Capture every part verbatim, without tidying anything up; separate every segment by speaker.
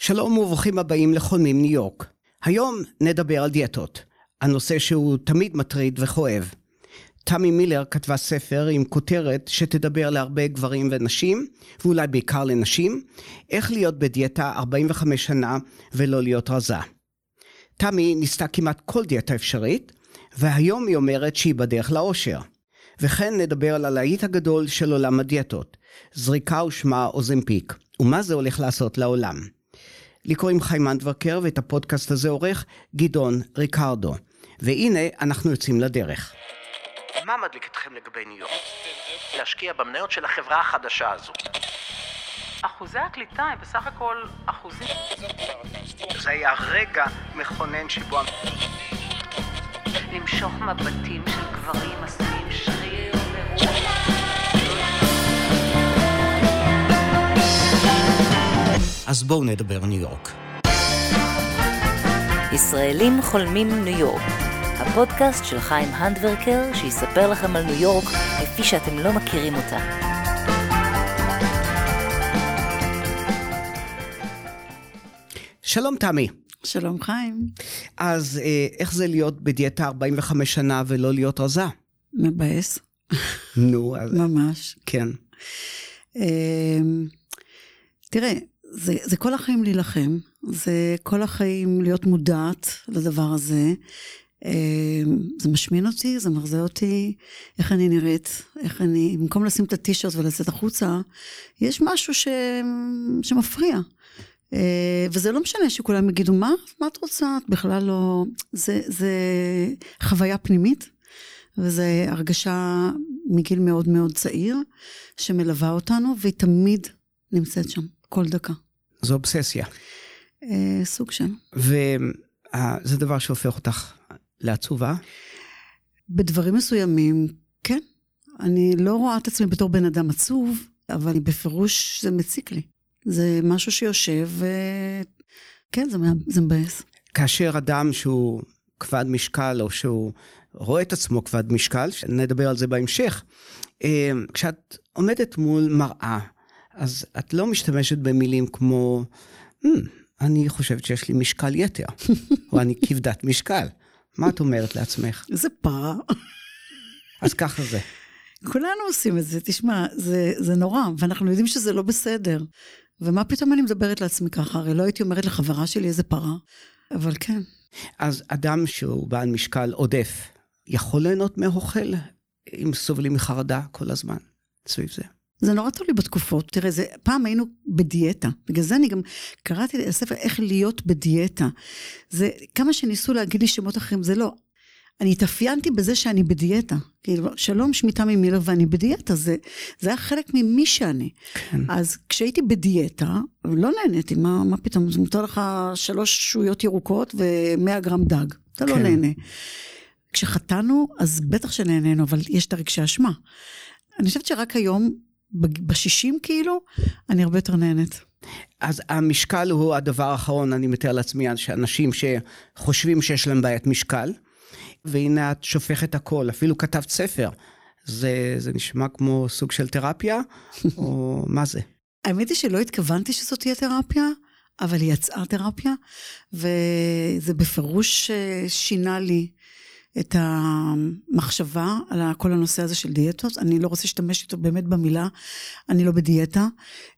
Speaker 1: שלום וברוכים הבאים לחולמים ניו יורק. היום נדבר על דיאטות, הנושא שהוא תמיד מטריד וכואב. תמי מילר כתבה ספר עם כותרת שתדבר להרבה גברים ונשים, ואולי בעיקר לנשים, איך להיות בדיאטה ארבעים וחמש שנה ולא להיות רזה. תמי ניסתה כמעט כל דיאטה אפשרית, והיום היא אומרת שהיא בדרך לאושר. וכן נדבר על הלהיט הגדול של עולם הדיאטות, זריקה ושמה אוזמפיק, ומה זה הולך לעשות לעולם. לי קוראים חיים אנדברקר, ואת הפודקאסט הזה עורך גדעון ריקרדו. והנה אנחנו יוצאים לדרך. מה מדליק אתכם לגבי ניו יורק? להשקיע במניות של החברה החדשה הזו.
Speaker 2: אחוזי הקליטה הם בסך הכל אחוזים.
Speaker 1: זה היה רגע מכונן שבו...
Speaker 2: למשוך מבטים של גברים עשויים שריר ורוח.
Speaker 1: אז בואו נדבר ניו יורק.
Speaker 3: ישראלים חולמים ניו יורק. הפודקאסט של חיים הנדברקר שיספר לכם על ניו יורק כפי שאתם לא מכירים אותה.
Speaker 1: שלום תמי.
Speaker 4: שלום חיים.
Speaker 1: אז איך זה להיות בדיאטה ארבעים וחמש שנה ולא להיות רזה?
Speaker 4: מבאס.
Speaker 1: נו. אז...
Speaker 4: ממש.
Speaker 1: כן.
Speaker 4: תראה, זה, זה כל החיים להילחם, זה כל החיים להיות מודעת לדבר הזה. זה משמין אותי, זה מרזה אותי, איך אני נראית, איך אני, במקום לשים את הטישרט ולצאת החוצה, יש משהו ש, שמפריע. וזה לא משנה שכולם יגידו, מה? מה את רוצה? את בכלל לא... זה, זה חוויה פנימית, וזה הרגשה מגיל מאוד מאוד צעיר, שמלווה אותנו, והיא תמיד נמצאת שם, כל דקה.
Speaker 1: זו אובססיה.
Speaker 4: סוג של.
Speaker 1: וזה דבר שהופך אותך לעצובה?
Speaker 4: בדברים מסוימים, כן. אני לא רואה את עצמי בתור בן אדם עצוב, אבל בפירוש זה מציק לי. זה משהו שיושב, וכן, זה, זה מבאס.
Speaker 1: כאשר אדם שהוא כבד משקל, או שהוא רואה את עצמו כבד משקל, נדבר על זה בהמשך, כשאת עומדת מול מראה, אז את לא משתמשת במילים כמו, hmm, אני חושבת שיש לי משקל יתר, או אני כבדת משקל. מה את אומרת לעצמך?
Speaker 4: זה פרה.
Speaker 1: אז ככה זה.
Speaker 4: כולנו עושים את זה, תשמע, זה, זה נורא, ואנחנו יודעים שזה לא בסדר. ומה פתאום אני מדברת לעצמי ככה? הרי לא הייתי אומרת לחברה שלי איזה פרה, אבל כן.
Speaker 1: אז אדם שהוא בעל משקל עודף, יכול ליהנות מאוכל, אם סובלים מחרדה כל הזמן, סביב זה.
Speaker 4: זה נורא תלוי בתקופות. תראה, זה, פעם היינו בדיאטה. בגלל זה אני גם קראתי לספר איך להיות בדיאטה. זה, כמה שניסו להגיד לי שמות אחרים, זה לא. אני התאפיינתי בזה שאני בדיאטה. כאילו, שלום שמיטה ממילר ואני בדיאטה. זה, זה היה חלק ממי שאני. כן. אז כשהייתי בדיאטה, לא נהניתי. מה, מה פתאום? זה מותר לך שלוש שועיות ירוקות ומאה גרם דג. אתה כן. לא נהנה. כשחתנו, אז בטח שנהנינו, אבל יש את הרגשי אשמה. אני חושבת שרק היום, בשישים כאילו, אני הרבה יותר נהנית.
Speaker 1: אז המשקל הוא הדבר האחרון, אני מתאר לעצמי, שאנשים שחושבים שיש להם בעיית משקל, והנה את שופכת הכל, אפילו כתבת ספר, זה, זה נשמע כמו סוג של תרפיה, או מה זה?
Speaker 4: האמת היא שלא התכוונתי שזאת תהיה תרפיה, אבל היא יצאה תרפיה, וזה בפירוש שינה לי, את המחשבה על כל הנושא הזה של דיאטות. אני לא רוצה להשתמש איתו באמת במילה, אני לא בדיאטה,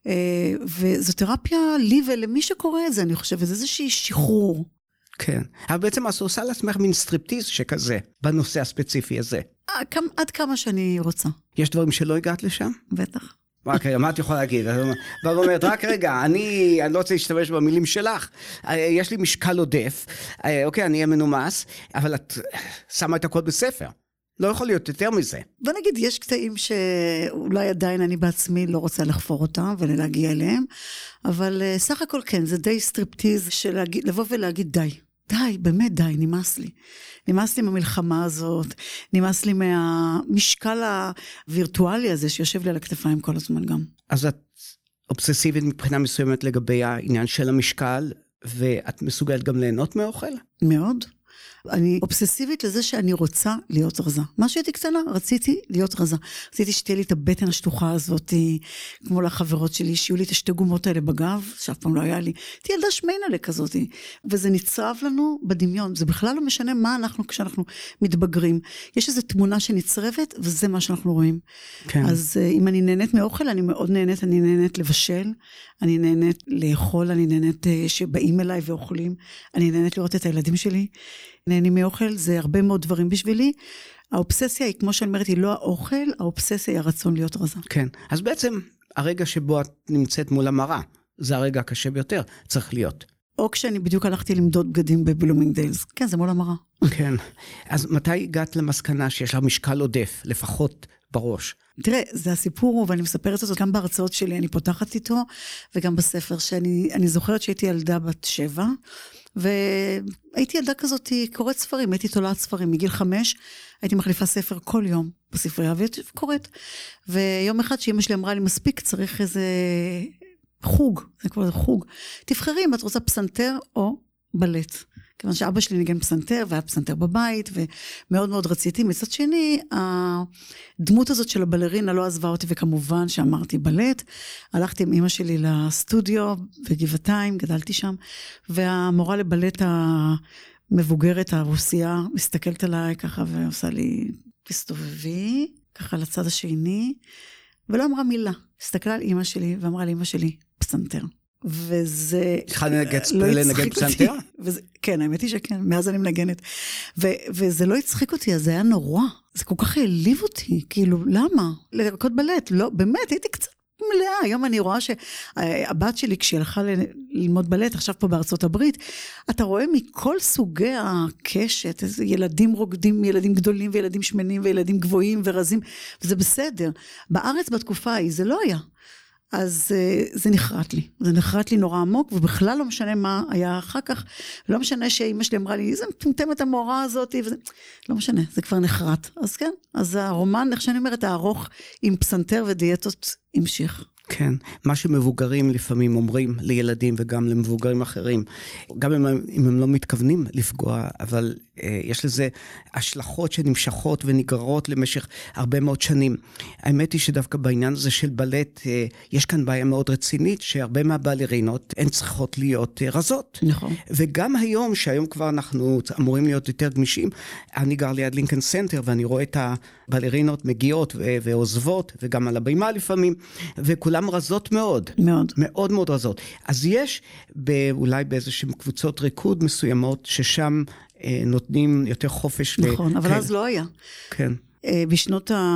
Speaker 4: וזו תרפיה לי ולמי שקורא את זה, אני חושבת, זה איזושהי שחרור.
Speaker 1: כן, אבל בעצם את עושה לעצמך מין סטריפטיז שכזה, בנושא הספציפי הזה.
Speaker 4: עד כמה שאני רוצה.
Speaker 1: יש דברים שלא הגעת לשם?
Speaker 4: בטח.
Speaker 1: רק רגע, מה את יכולה להגיד? ואת אומרת, רק רגע, אני, אני לא רוצה להשתמש במילים שלך, יש לי משקל עודף, אוקיי, אני אהיה מנומס, אבל את שמה את הכל בספר. לא יכול להיות יותר מזה.
Speaker 4: בוא נגיד, יש קטעים שאולי עדיין אני בעצמי לא רוצה לחפור אותם ולהגיע אליהם, אבל סך הכל כן, זה די סטריפטיז של לבוא ולהגיד די. די, באמת די, נמאס לי. נמאס לי מהמלחמה הזאת, נמאס לי מהמשקל הווירטואלי הזה שיושב לי על הכתפיים כל הזמן גם.
Speaker 1: אז את אובססיבית מבחינה מסוימת לגבי העניין של המשקל, ואת מסוגלת גם ליהנות מאוכל?
Speaker 4: מאוד. אני אובססיבית לזה שאני רוצה להיות רזה. מה שהייתי קטנה, רציתי להיות רזה. רציתי שתהיה לי את הבטן השטוחה הזאת, כמו לחברות שלי, שיהיו לי את השתי גומות האלה בגב, שאף פעם לא היה לי. הייתי ילדה שמנה לכזאת, וזה נצרב לנו בדמיון. זה בכלל לא משנה מה אנחנו כשאנחנו מתבגרים. יש איזו תמונה שנצרבת, וזה מה שאנחנו רואים.
Speaker 1: כן.
Speaker 4: אז אם אני נהנית מאוכל, אני מאוד נהנית, אני נהנית לבשל, אני נהנית לאכול, אני נהנית שבאים אליי ואוכלים, אני נהנית לראות את הילדים שלי, נהנים מאוכל, זה הרבה מאוד דברים בשבילי. האובססיה היא, כמו שאני אומרת, היא לא האוכל, האובססיה היא הרצון להיות רזה.
Speaker 1: כן, אז בעצם הרגע שבו את נמצאת מול המראה, זה הרגע הקשה ביותר, צריך להיות.
Speaker 4: או כשאני בדיוק הלכתי למדוד בגדים בבלומינגדיילס, כן, זה מול המראה.
Speaker 1: כן, אז מתי הגעת למסקנה שיש לה משקל עודף, לפחות בראש?
Speaker 4: תראה, זה הסיפור, ואני מספרת אותו גם בהרצאות שלי, אני פותחת איתו, וגם בספר, שאני אני זוכרת שהייתי ילדה בת שבע, והייתי ילדה כזאת, קוראת ספרים, הייתי תולעת ספרים, מגיל חמש, הייתי מחליפה ספר כל יום בספרייה, וקוראת. ויום אחד שאמא שלי אמרה לי, מספיק, צריך איזה חוג, זה כבר חוג. תבחרי אם את רוצה פסנתר או בלט. כיוון שאבא שלי ניגן פסנתר, והיה פסנתר בבית, ומאוד מאוד רציתי. מצד שני, הדמות הזאת של הבלרינה לא עזבה אותי, וכמובן שאמרתי בלט, הלכתי עם אמא שלי לסטודיו, בגבעתיים, גדלתי שם, והמורה לבלט המבוגרת, הרוסיה, מסתכלת עליי ככה, ועושה לי, תסתובבי, ככה לצד השני, ולא אמרה מילה. הסתכלה על אמא שלי, ואמרה לאמא שלי, פסנתר. וזה
Speaker 1: התחלת
Speaker 4: לא
Speaker 1: לנגן פסנתר?
Speaker 4: וזה, כן, האמת היא שכן, מאז אני מנגנת. ו, וזה לא הצחיק אותי, אז זה היה נורא. זה כל כך העליב אותי, כאילו, למה? לרקוד בלט, לא, באמת, הייתי קצת מלאה. היום אני רואה שהבת שלי, כשהיא הלכה ללמוד בלט, עכשיו פה בארצות הברית, אתה רואה מכל סוגי הקשת, ילדים רוקדים, ילדים גדולים וילדים שמנים וילדים גבוהים ורזים, וזה בסדר. בארץ בתקופה ההיא זה לא היה. אז זה נחרט לי, זה נחרט לי נורא עמוק, ובכלל לא משנה מה היה אחר כך, לא משנה שאמא שלי אמרה לי, זה מטומטמת המורה הזאת, וזה, לא משנה, זה כבר נחרט. אז כן, אז הרומן, איך שאני אומרת, הארוך עם פסנתר ודיאטות המשיך.
Speaker 1: כן, מה שמבוגרים לפעמים אומרים לילדים וגם למבוגרים אחרים, גם אם, אם הם לא מתכוונים לפגוע, אבל אה, יש לזה השלכות שנמשכות ונגררות למשך הרבה מאוד שנים. האמת היא שדווקא בעניין הזה של בלט, אה, יש כאן בעיה מאוד רצינית, שהרבה מהבלרינות הן צריכות להיות אה, רזות.
Speaker 4: נכון.
Speaker 1: וגם היום, שהיום כבר אנחנו אמורים להיות יותר גמישים, אני גר ליד לינקן סנטר, ואני רואה את הבלרינות מגיעות ו- ועוזבות, וגם על הבימה לפעמים, וכולם רזות מאוד.
Speaker 4: מאוד.
Speaker 1: מאוד מאוד רזות. אז יש אולי באיזשהם קבוצות ריקוד מסוימות, ששם אה, נותנים יותר חופש.
Speaker 4: נכון,
Speaker 1: ל...
Speaker 4: אבל
Speaker 1: כן.
Speaker 4: אז לא היה.
Speaker 1: כן.
Speaker 4: אה, בשנות ה...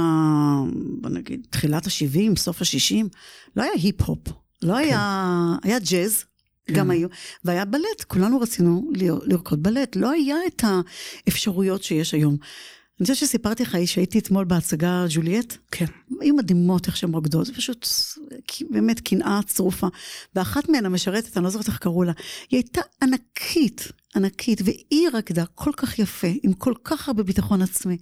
Speaker 4: בוא נגיד, תחילת ה-שבעים, סוף ה-שישים, לא היה היפ-הופ. לא כן. היה... היה ג'אז. כן. גם היו, והיה בלט, כולנו רצינו לרקוד בלט, לא היה את האפשרויות שיש היום. אני חושבת שסיפרתי לך שהייתי אתמול בהצגה ג'וליאט,
Speaker 1: כן.
Speaker 4: היו מדהימות איך שהן רוקדות, זה פשוט באמת קנאה צרופה, ואחת מהן המשרתת, אני לא זוכרת איך קראו לה, היא הייתה ענקית, ענקית, והיא רקדה כל כך יפה, עם כל כך הרבה ביטחון עצמי,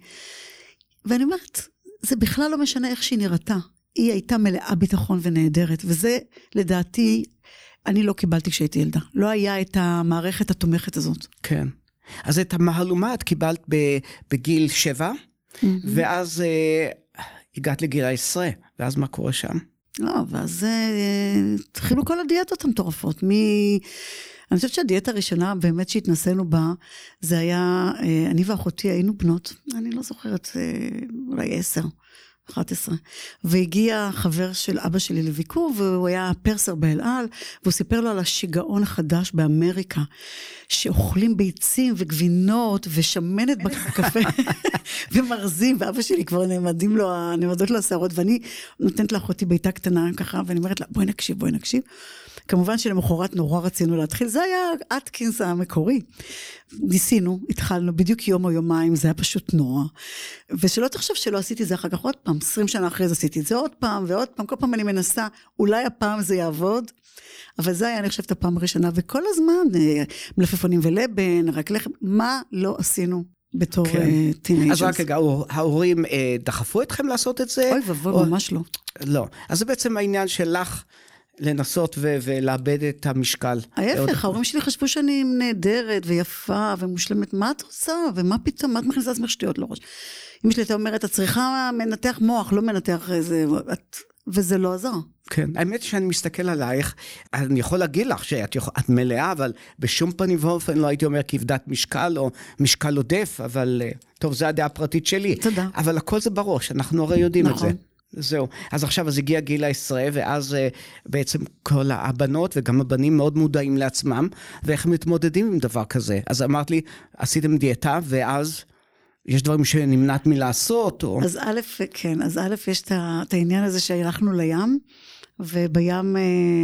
Speaker 4: ואני אומרת, זה בכלל לא משנה איך שהיא נראתה, היא הייתה מלאה ביטחון ונהדרת, וזה לדעתי, אני לא קיבלתי כשהייתי ילדה, לא היה את המערכת התומכת הזאת.
Speaker 1: כן. אז את המהלומה את קיבלת בגיל שבע, mm-hmm. ואז uh, הגעת לגיל העשרה, ואז מה קורה שם?
Speaker 4: לא, ואז uh, התחילו כל הדיאטות המטורפות. מ... אני חושבת שהדיאטה הראשונה באמת שהתנסינו בה, זה היה, uh, אני ואחותי היינו בנות, אני לא זוכרת, uh, אולי עשר. אחת עשרה, והגיע חבר של אבא שלי לביקור, והוא היה פרסר באל על, והוא סיפר לו על השיגעון החדש באמריקה, שאוכלים ביצים וגבינות, ושמנת בקפה, ומרזים, ואבא שלי כבר נעמדים לו, נעמדות לו השערות, ואני נותנת לאחותי ביתה קטנה ככה, ואני אומרת לה, בואי נקשיב, בואי נקשיב, כמובן שלמחרת נורא רצינו להתחיל, זה היה אטקינס המקורי. ניסינו, התחלנו בדיוק יום או יומיים, זה היה פשוט נורא. ושלא תחשוב שלא עשיתי זה אחר כך עוד פעם, עשרים שנה אחרי זה עשיתי את זה עוד פעם ועוד פעם, כל פעם אני מנסה, אולי הפעם זה יעבוד, אבל זה היה אני חושבת הפעם הראשונה, וכל הזמן, מלפפונים ולבן, רק לחם, מה לא עשינו בתור טינאג'רס.
Speaker 1: אז רק רגע, ההורים דחפו אתכם לעשות את זה?
Speaker 4: אוי ובוא, ממש לא.
Speaker 1: לא. אז זה בעצם העניין שלך, לנסות ו- ולאבד את המשקל.
Speaker 4: ההפך, ההורים שלי חשבו שאני נהדרת ויפה ומושלמת. מה את עושה? ומה פתאום? מה את מכניסה עצמך שטויות לראש? אמא שלי הייתה אומרת, את צריכה מנתח מוח, לא מנתח איזה... את... וזה לא עזר.
Speaker 1: כן, האמת שאני מסתכל עלייך, אני יכול להגיד לך שאת יכול, את מלאה, אבל בשום פנים ואופן לא הייתי אומר כבדת משקל או משקל עודף, אבל טוב, זו הדעה הפרטית שלי.
Speaker 4: תודה.
Speaker 1: אבל הכל זה בראש, אנחנו הרי יודעים
Speaker 4: נכון.
Speaker 1: את זה. זהו. אז עכשיו אז הגיע גיל העשרה, ואז בעצם כל הבנות וגם הבנים מאוד מודעים לעצמם, ואיך הם מתמודדים עם דבר כזה. אז אמרת לי, עשיתם דיאטה, ואז... יש דברים שנמנעת מלעשות, או...
Speaker 4: אז א', כן, אז א', יש את העניין הזה שהלכנו לים, ובים,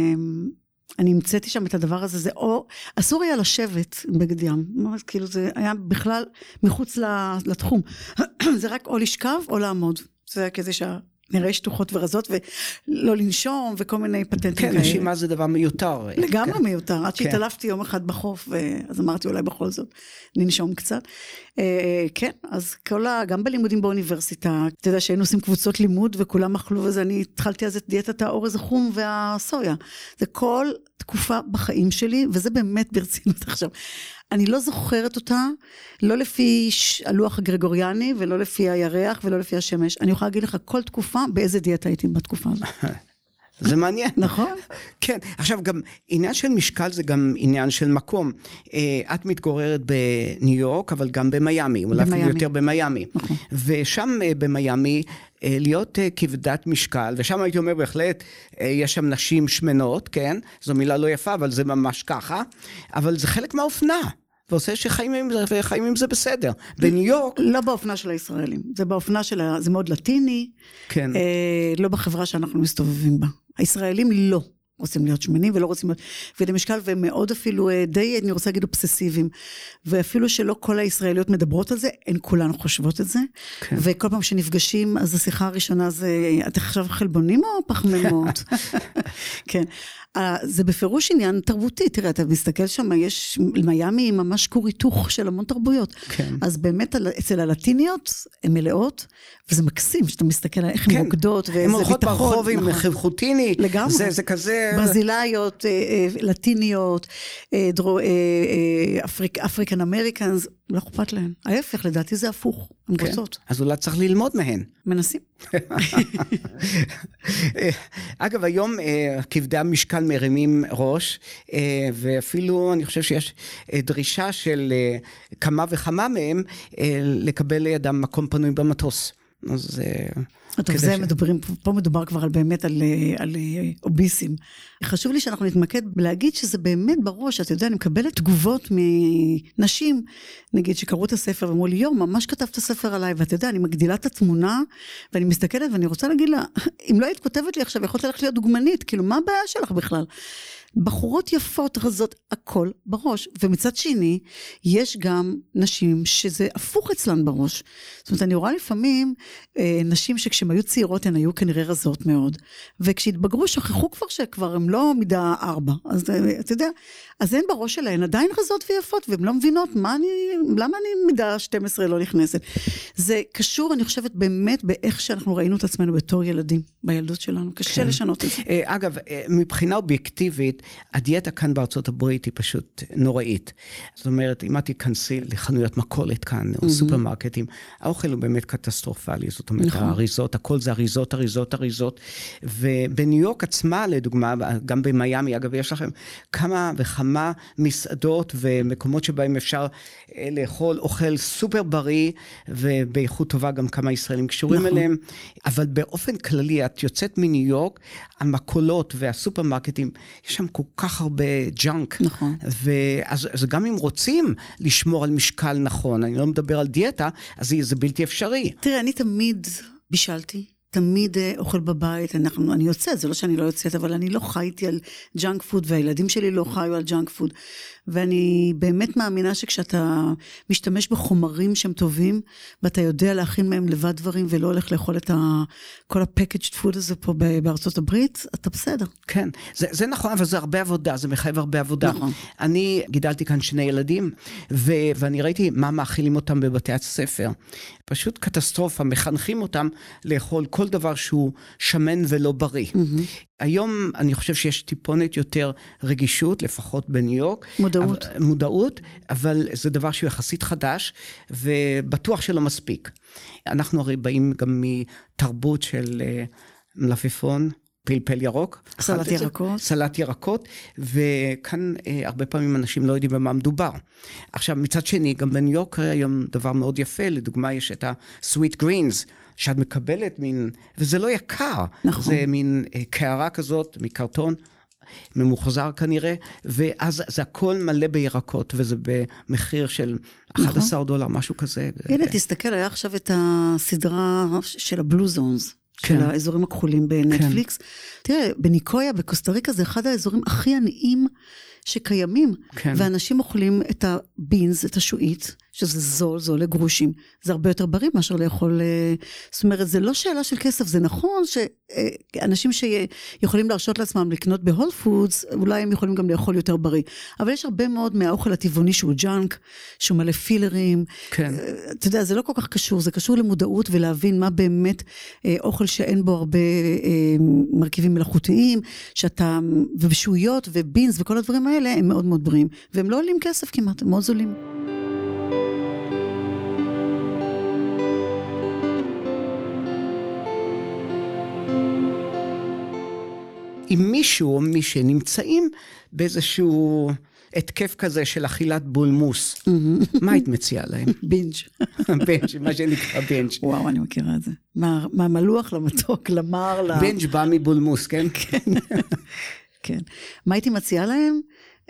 Speaker 4: אני המצאתי שם את הדבר הזה, זה או, אסור היה לשבת בגד ים, כאילו זה היה בכלל מחוץ לתחום, זה רק או לשכב או לעמוד, זה היה כזה שה... נראה שטוחות ורזות ולא לנשום וכל מיני פטנטים כאלה.
Speaker 1: כן, נשימה זה דבר מיותר.
Speaker 4: לגמרי מיותר, עד שהתעלפתי יום אחד בחוף, אז אמרתי אולי בכל זאת ננשום קצת. כן, אז גם בלימודים באוניברסיטה, אתה יודע שהיינו עושים קבוצות לימוד וכולם אכלו, וזה אני התחלתי אז את דיאטת האורז החום והסויה. זה כל תקופה בחיים שלי, וזה באמת ברצינות עכשיו. אני לא זוכרת אותה, לא לפי הלוח הגרגוריאני, ולא לפי הירח, ולא לפי השמש. אני יכולה להגיד לך כל תקופה, באיזה דיאטה הייתי בתקופה הזאת.
Speaker 1: זה מעניין.
Speaker 4: נכון?
Speaker 1: כן. עכשיו גם, עניין של משקל זה גם עניין של מקום. את מתגוררת בניו יורק, אבל גם במיימי. אולי אפילו יותר במיימי. נכון. ושם במיימי, להיות כבדת משקל, ושם הייתי אומר בהחלט, יש שם נשים שמנות, כן? זו מילה לא יפה, אבל זה ממש ככה. אבל זה חלק מהאופנה. ועושה שחיים עם זה, וחיים עם זה בסדר. בניו יורק...
Speaker 4: לא באופנה של הישראלים. זה באופנה של... זה מאוד לטיני.
Speaker 1: כן.
Speaker 4: אה, לא בחברה שאנחנו מסתובבים בה. הישראלים לא רוצים להיות שמנים, ולא רוצים להיות... כבדי משקל, ומאוד אפילו די, אני רוצה להגיד, אובססיביים. ואפילו שלא כל הישראליות מדברות על זה, הן כולן חושבות את זה. כן. וכל פעם שנפגשים, אז השיחה הראשונה זה, את עכשיו חלבונים או פחמימות? כן. זה בפירוש עניין תרבותי, תראה, אתה מסתכל שם, יש, מיימי ממש כור היתוך של המון תרבויות, כן. אז באמת אצל הלטיניות הן מלאות, וזה מקסים, שאתה מסתכל על איך הן רוקדות, ואיזה ביטחון. הן הולכות
Speaker 1: ברחוב עם חבחוטיני,
Speaker 4: לגמרי.
Speaker 1: זה, זה כזה...
Speaker 4: ברזילאיות, לטיניות, אפריק, אפריקן אמריקנס, לא אכפת להן. ההפך, לדעתי זה הפוך, הן
Speaker 1: כן.
Speaker 4: רוצות.
Speaker 1: אז אולי צריך ללמוד מהן.
Speaker 4: מנסים.
Speaker 1: אגב, היום כבדי המשקל מרימים ראש, ואפילו אני חושב שיש דרישה של כמה וכמה מהם לקבל לידם מקום פנוי במטוס. אז...
Speaker 4: טוב, זה ש... מדברים, פה מדובר כבר על באמת על, על אוביסים. חשוב לי שאנחנו נתמקד בלהגיד שזה באמת בראש, אתה יודע, אני מקבלת תגובות מנשים, נגיד שקראו את הספר ואמרו לי, יו, ממש כתבת את הספר עליי, ואתה יודע, אני מגדילה את התמונה, ואני מסתכלת ואני רוצה להגיד לה, אם לא היית כותבת לי עכשיו, יכולת ללכת להיות דוגמנית, כאילו, מה הבעיה שלך בכלל? בחורות יפות, רזות, הכל בראש. ומצד שני, יש גם נשים שזה הפוך אצלן בראש. זאת אומרת, אני רואה לפעמים אה, נשים שכשהן היו צעירות, הן היו כנראה רזות מאוד. וכשהתבגרו, שכחו כבר שכבר הן לא מידה ארבע. אז אה, אתה יודע, אז הן בראש שלהן עדיין רזות ויפות, והן לא מבינות מה אני, למה אני מידה שתים עשרה לא נכנסת. זה קשור, אני חושבת, באמת באיך שאנחנו ראינו את עצמנו בתור ילדים, בילדות שלנו. קשה כן. לשנות את זה.
Speaker 1: אה, אגב, מבחינה אובייקטיבית, הדיאטה כאן בארצות הברית היא פשוט נוראית. זאת אומרת, אם את תיכנסי לחנויות מכולת כאן, או סופרמרקטים, האוכל הוא באמת קטסטרופלי. זאת אומרת, האריזות, הכל זה אריזות, אריזות, אריזות. ובניו יורק עצמה, לדוגמה, גם במיימי, אגב, יש לכם כמה וכמה מסעדות ומקומות שבהם אפשר לאכול אוכל סופר בריא, ובאיכות טובה גם כמה ישראלים קשורים אליהם. אבל באופן כללי, את יוצאת מניו יורק, המכולות והסופרמרקטים, יש שם כל כך הרבה ג'אנק.
Speaker 4: נכון.
Speaker 1: ואז אז גם אם רוצים לשמור על משקל נכון, אני לא מדבר על דיאטה, אז זה בלתי אפשרי.
Speaker 4: תראה, אני תמיד בישלתי, תמיד אוכל בבית, אנחנו, אני יוצאת, זה לא שאני לא יוצאת, אבל אני לא חייתי על ג'אנק פוד, והילדים שלי לא חיו על ג'אנק פוד, ואני באמת מאמינה שכשאתה משתמש בחומרים שהם טובים, ואתה יודע להכין מהם לבד דברים, ולא הולך לאכול את ה, כל הפקאג'ד פוד הזה פה בארצות הברית, אתה בסדר.
Speaker 1: כן, זה, זה נכון, אבל זה הרבה עבודה, זה מחייב הרבה עבודה.
Speaker 4: נכון.
Speaker 1: אני גידלתי כאן שני ילדים, ו, ואני ראיתי מה מאכילים אותם בבתי הספר. פשוט קטסטרופה, מחנכים אותם לאכול כל דבר שהוא שמן ולא בריא.
Speaker 4: Mm-hmm.
Speaker 1: היום אני חושב שיש טיפונת יותר רגישות, לפחות בניו יורק.
Speaker 4: מודעות.
Speaker 1: אבל, מודעות, אבל זה דבר שהוא יחסית חדש, ובטוח שלא מספיק. אנחנו הרי באים גם מתרבות של uh, מלפפון, פלפל ירוק.
Speaker 4: סלט ירקות.
Speaker 1: סלט ירקות, וכאן אה, הרבה פעמים אנשים לא יודעים במה מדובר. עכשיו, מצד שני, גם בניו יורק היום דבר מאוד יפה, לדוגמה יש את ה-sweet greens, שאת מקבלת מין, וזה לא יקר.
Speaker 4: נכון.
Speaker 1: זה מין אה, קערה כזאת, מקרטון, ממוחזר כנראה, ואז זה הכל מלא בירקות, וזה במחיר של אחד עשר דולר, משהו כזה.
Speaker 4: הנה, תסתכל, היה עכשיו את הסדרה של הבלו זונס.
Speaker 1: כן.
Speaker 4: של האזורים הכחולים בנטפליקס. כן. תראה, בניקויה, בקוסטה ריקה, זה אחד האזורים הכי עניים שקיימים. כן. ואנשים אוכלים את הבינס, את השועית, שזה זול, זה עולה גרושים. זה הרבה יותר בריא מאשר לאכול, זאת אומרת, זה לא שאלה של כסף, זה נכון שאנשים שיכולים להרשות לעצמם לקנות בהול פודס, אולי הם יכולים גם לאכול יותר בריא. אבל יש הרבה מאוד מהאוכל הטבעוני שהוא ג'אנק, שהוא מלא פילרים. כן. אתה יודע, זה לא כל כך קשור, זה קשור למודעות ולהבין מה באמת אוכל שאין בו הרבה מרכיבים מלאכותיים, שאתה, ובשועיות ובינס וכל הדברים האלה, הם מאוד מאוד בריאים. והם לא עולים כסף כמעט, הם מאוד זולים.
Speaker 1: אם מישהו או מי שנמצאים באיזשהו התקף כזה של אכילת בולמוס, מה היית מציעה להם?
Speaker 4: בינג'.
Speaker 1: בינג', מה שנקרא בינג'.
Speaker 4: וואו, אני מכירה את זה. מהמלוח למתוק, למר, ל...
Speaker 1: בינג' בא מבולמוס, כן?
Speaker 4: כן. כן. מה הייתי מציעה להם?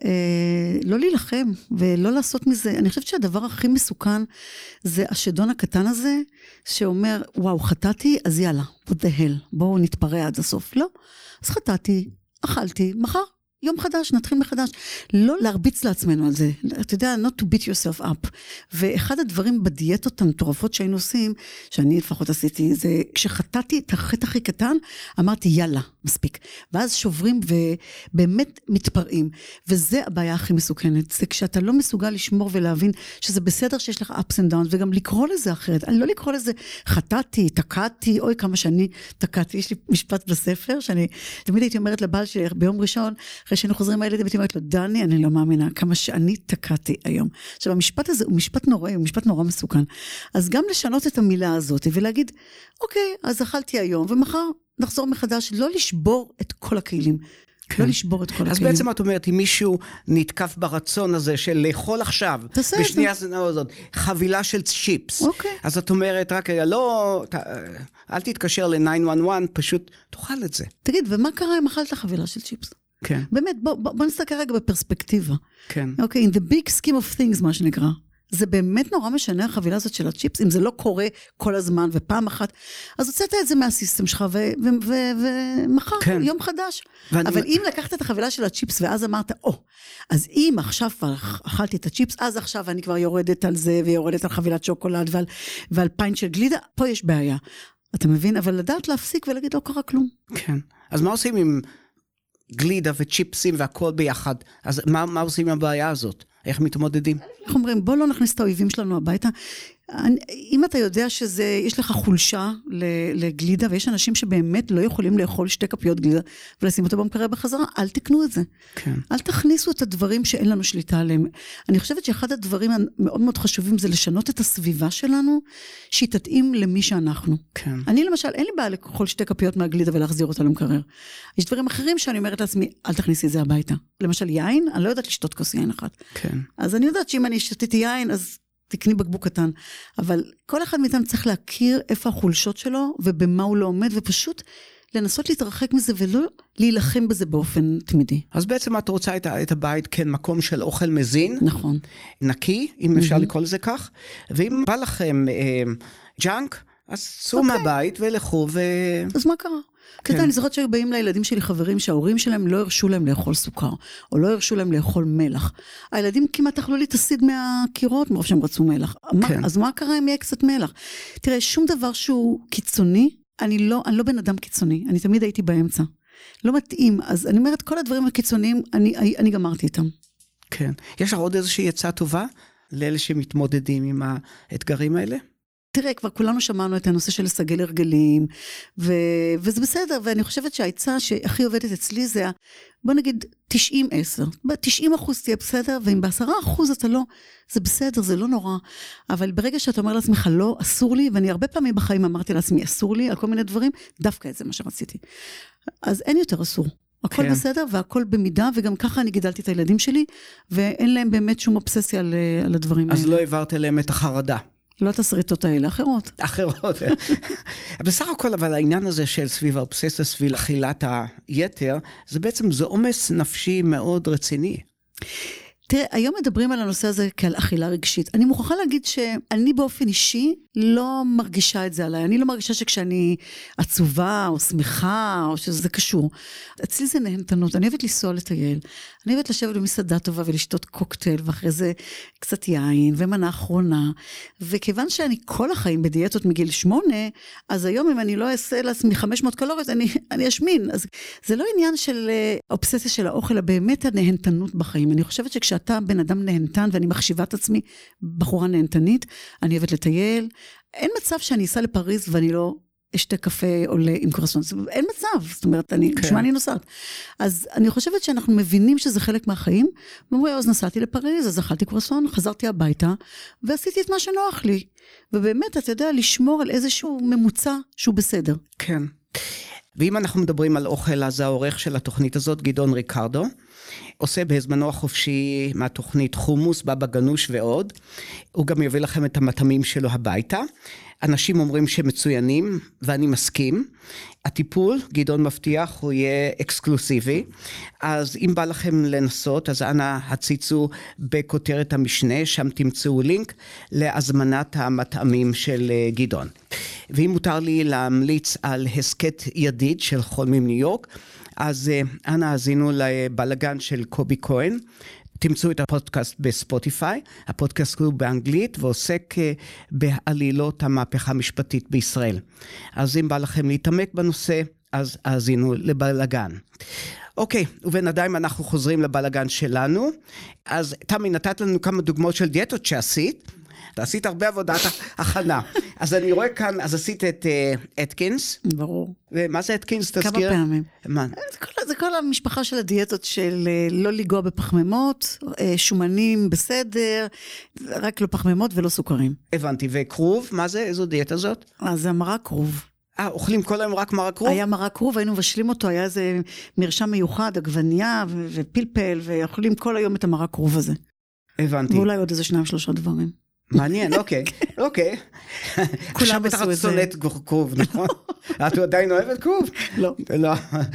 Speaker 4: לא להילחם ולא לעשות מזה. אני חושבת שהדבר הכי מסוכן זה השדון הקטן הזה, שאומר, וואו, חטאתי, אז יאללה, what the hell, בואו נתפרע עד הסוף. לא. אז חטאתי, אכלתי, מחר, יום חדש, נתחיל מחדש. לא להרביץ לעצמנו על זה. אתה יודע, not to beat yourself up. ואחד הדברים בדיאטות המטורפות שהיינו עושים, שאני לפחות עשיתי, זה כשחטאתי את החטא הכי קטן, אמרתי, יאללה, מספיק. ואז שוברים ובאמת מתפרעים. וזה הבעיה הכי מסוכנת. זה כשאתה לא מסוגל לשמור ולהבין שזה בסדר שיש לך ups and downs, וגם לקרוא לזה אחרת. אני לא לקרוא לזה חטאתי, תקעתי, אוי כמה שאני תקעתי. יש לי משפט בספר, שאני תמיד הייתי אומרת לבעל שלי ביום ראשון, אחרי שהיינו חוזרים מהילדים, הייתי אומרת לו, דני, אני לא מאמינה, כמה שאני תקעתי היום. עכשיו, המשפט הזה הוא משפט נורא, הוא משפט נורא מסוכן. אז גם לשנות את המילה הזאת, ולהגיד, אוקיי, אז אכלתי היום, ומחר נחזור מחדש, לא לשבור את כל הכלים. כן. לא לשבור את כל הכלים.
Speaker 1: אז בעצם את אומרת, אם מישהו נתקף ברצון הזה של לאכול עכשיו, בשנייה הזאת, חבילה של צ'יפס,
Speaker 4: אוקיי.
Speaker 1: אז את אומרת, רק לא, אל תתקשר ל-תשע אחת אחת, פשוט תאכל את זה.
Speaker 4: תגיד, ומה קרה אם אכלת חבילה של צ'יפס?
Speaker 1: כן.
Speaker 4: באמת, בוא, בוא, בוא נסתכל רגע בפרספקטיבה.
Speaker 1: כן.
Speaker 4: אוקיי, in the big scheme of things, מה שנקרא. זה באמת נורא משנה החבילה הזאת של הצ'יפס, אם זה לא קורה כל הזמן ופעם אחת, אז הוצאת את זה מהסיסטם שלך, ומחר, כן. יום חדש. ואני... אבל אם לקחת את החבילה של הצ'יפס, ואז אמרת, או, אז אם עכשיו אכלתי את הצ'יפס, אז עכשיו אני כבר יורדת על זה, ויורדת על חבילת שוקולד, ועל, ועל פיין של גלידה, פה יש בעיה. אתה מבין? אבל לדעת להפסיק ולהגיד, לא קרה כלום.
Speaker 1: כן. אז מה עושים עם גלידה וצ'יפסים והכל ביחד? אז מה, מה עושים עם הבעיה הזאת? איך מתמודדים?
Speaker 4: אנחנו אומרים, בוא לא נכניס את האויבים שלנו הביתה. אם אתה יודע שזה, יש לך חולשה לגלידה, ויש אנשים שבאמת לא יכולים לאכול שתי כפיות גלידה, ולשים אותו במקרר בחזרה, אל תקנו את זה.
Speaker 1: כן.
Speaker 4: אל תכניסו את הדברים שאין לנו שליטה עליהם. אני חושבת שאחד הדברים המאוד מאוד חשובים, זה לשנות את הסביבה שלנו, שהיא תתאים למי שאנחנו.
Speaker 1: כן.
Speaker 4: אני למשל, אין לי בעיה לאכול שתי כפיות מהגלידה, ולהחזיר אותה למקרר. יש דברים אחרים שאני אומרת לעצמי, אל תכניסי את זה הביתה. למשל יין, אני לא יודעת לשתות כוס יין אחת.
Speaker 1: כן.
Speaker 4: אז אני יודעת שאם אני שתיתי יין, אז תקני בקבוק קטן, אבל כל אחד מאיתנו צריך להכיר איפה החולשות שלו, ובמה הוא לא עומד, ופשוט לנסות להתרחק מזה, ולא להילחם בזה באופן תמידי.
Speaker 1: אז בעצם את רוצה את, את הבית כמקום של אוכל מזין,
Speaker 4: נכון.
Speaker 1: נקי, אם אפשר לקרוא לזה כך, ואם בא לכם אה, ג'אנק, אז צאו okay. מהבית ולכו ו...
Speaker 4: אז מה קרה? אתה יודע, אני זוכרת שהיו באים לילדים שלי חברים שההורים שלהם לא הרשו להם לאכול סוכר, או לא הרשו להם לאכול מלח. הילדים כמעט אכלו להתסיד מהקירות, מרוב שהם רצו מלח. אז מה קרה אם יהיה קצת מלח? תראה, שום דבר שהוא קיצוני, אני לא, אני לא בן אדם קיצוני, אני תמיד הייתי באמצע. לא מתאים, אז אני אומרת, כל הדברים הקיצוניים, אני, אני גמרתי איתם.
Speaker 1: כן. יש לך עוד איזושהי יצאה טובה לאלה שמתמודדים עם האתגרים האלה?
Speaker 4: תראה, כבר כולנו שמענו את הנושא של לסגל הרגלים, ו... וזה בסדר, ואני חושבת שהעצה שהכי עובדת אצלי זה, בוא נגיד תשעים עשר, ב-תשעים אחוז תהיה בסדר, ואם ב-עשרה אחוז אתה לא, זה בסדר, זה לא נורא, אבל ברגע שאתה אומר לעצמך, לא, אסור לי, ואני הרבה פעמים בחיים אמרתי לעצמי, אסור לי, על כל מיני דברים, דווקא את זה מה שרציתי. אז אין יותר אסור. הכל כן. בסדר, והכל במידה, וגם ככה אני גידלתי את הילדים שלי, ואין להם באמת שום אובססיה על, על הדברים
Speaker 1: אז
Speaker 4: האלה.
Speaker 1: לא העברת להם את החרדה.
Speaker 4: לא את הסריטות האלה, אחרות.
Speaker 1: אחרות. בסך הכל, אבל העניין הזה של סביב האובססיה, סביב אכילת היתר, זה בעצם, זה עומס נפשי מאוד רציני.
Speaker 4: תראה, היום מדברים על הנושא הזה כעל אכילה רגשית. אני מוכרחה להגיד שאני באופן אישי לא מרגישה את זה עליי. אני לא מרגישה שכשאני עצובה או שמחה או שזה קשור. אצלי זה נהנתנות. אני אוהבת לנסוע לטייל. אני אוהבת לשבת במסעדה טובה ולשתות קוקטייל, ואחרי זה קצת יין ומנה אחרונה. וכיוון שאני כל החיים בדיאטות מגיל שמונה, אז היום אם אני לא אעשה לעצמי חמש מאות קלוריות, אני, אני אשמין. אז זה לא עניין של אובססיה של האוכל, אלא באמת הנהנתנות בחיים. אני חושבת שכשאתה בן אדם נהנתן, ואני מחשיבה את עצמי בחורה נהנתנית, אני אוהבת לטייל, אין מצב שאני אסע לפריז ואני לא אשתה קפה עולה עם קרואסון, אין מצב, זאת אומרת, אני,
Speaker 1: כן.
Speaker 4: בשביל אני נוסעת. אז אני חושבת שאנחנו מבינים שזה חלק מהחיים, ואומרים, אז נסעתי לפריז, אז אכלתי קרואסון, חזרתי הביתה, ועשיתי את מה שנוח לי. ובאמת, אתה יודע, לשמור על איזשהו ממוצע שהוא בסדר.
Speaker 1: כן. ואם אנחנו מדברים על אוכל, אז העורך של התוכנית הזאת, גדעון ריקרדו, עושה בזמנו החופשי מהתוכנית חומוס, בבא גנוש ועוד. הוא גם יביא לכם את המטעמים שלו הביתה. אנשים אומרים שמצוינים, ואני מסכים. הטיפול, גדעון מבטיח, הוא יהיה אקסקלוסיבי. אז אם בא לכם לנסות, אז אנא הציצו בכותרת המשנה, שם תמצאו לינק להזמנת המטעמים של גדעון. ואם מותר לי להמליץ על הסקט ידיד של חולמים ניו יורק, אז אנא האזינו לבלגן של קובי כהן. תמצאו את הפודקאסט בספוטיפיי, הפודקאסט הוא באנגלית ועוסק בעלילות המהפכה המשפטית בישראל. אז אם בא לכם להתעמק בנושא, אז האזינו לבלגן. אוקיי, ובינתיים אנחנו חוזרים לבלגן שלנו. אז תמי, נתת לנו כמה דוגמאות של דיאטות שעשית. אתה עשית הרבה עבודת הכנה. אז אני רואה כאן, אז עשית את אטקינס.
Speaker 4: ברור.
Speaker 1: ומה זה אטקינס? תזכיר?
Speaker 4: כמה פעמים.
Speaker 1: מה?
Speaker 4: זה כל, זה כל המשפחה של הדיאטות של לא לגוע בפחמימות, שומנים בסדר, רק לא פחמימות ולא סוכרים.
Speaker 1: הבנתי, וכרוב, מה זה? איזו דיאטה זאת?
Speaker 4: אז זה מרק כרוב.
Speaker 1: אה, אוכלים כל היום רק מרק כרוב?
Speaker 4: היה מרק כרוב, היינו מבשלים אותו, היה איזה מרשם מיוחד, עגבנייה ו- ופלפל, ואוכלים כל היום את המרק כרוב הזה.
Speaker 1: הבנתי.
Speaker 4: ואולי עוד איזה שניים שלושה דברים.
Speaker 1: מעניין, אוקיי, אוקיי. עכשיו בטח את שונאת כרוב, נכון? את עדיין אוהבת כרוב?
Speaker 4: לא.
Speaker 1: לא,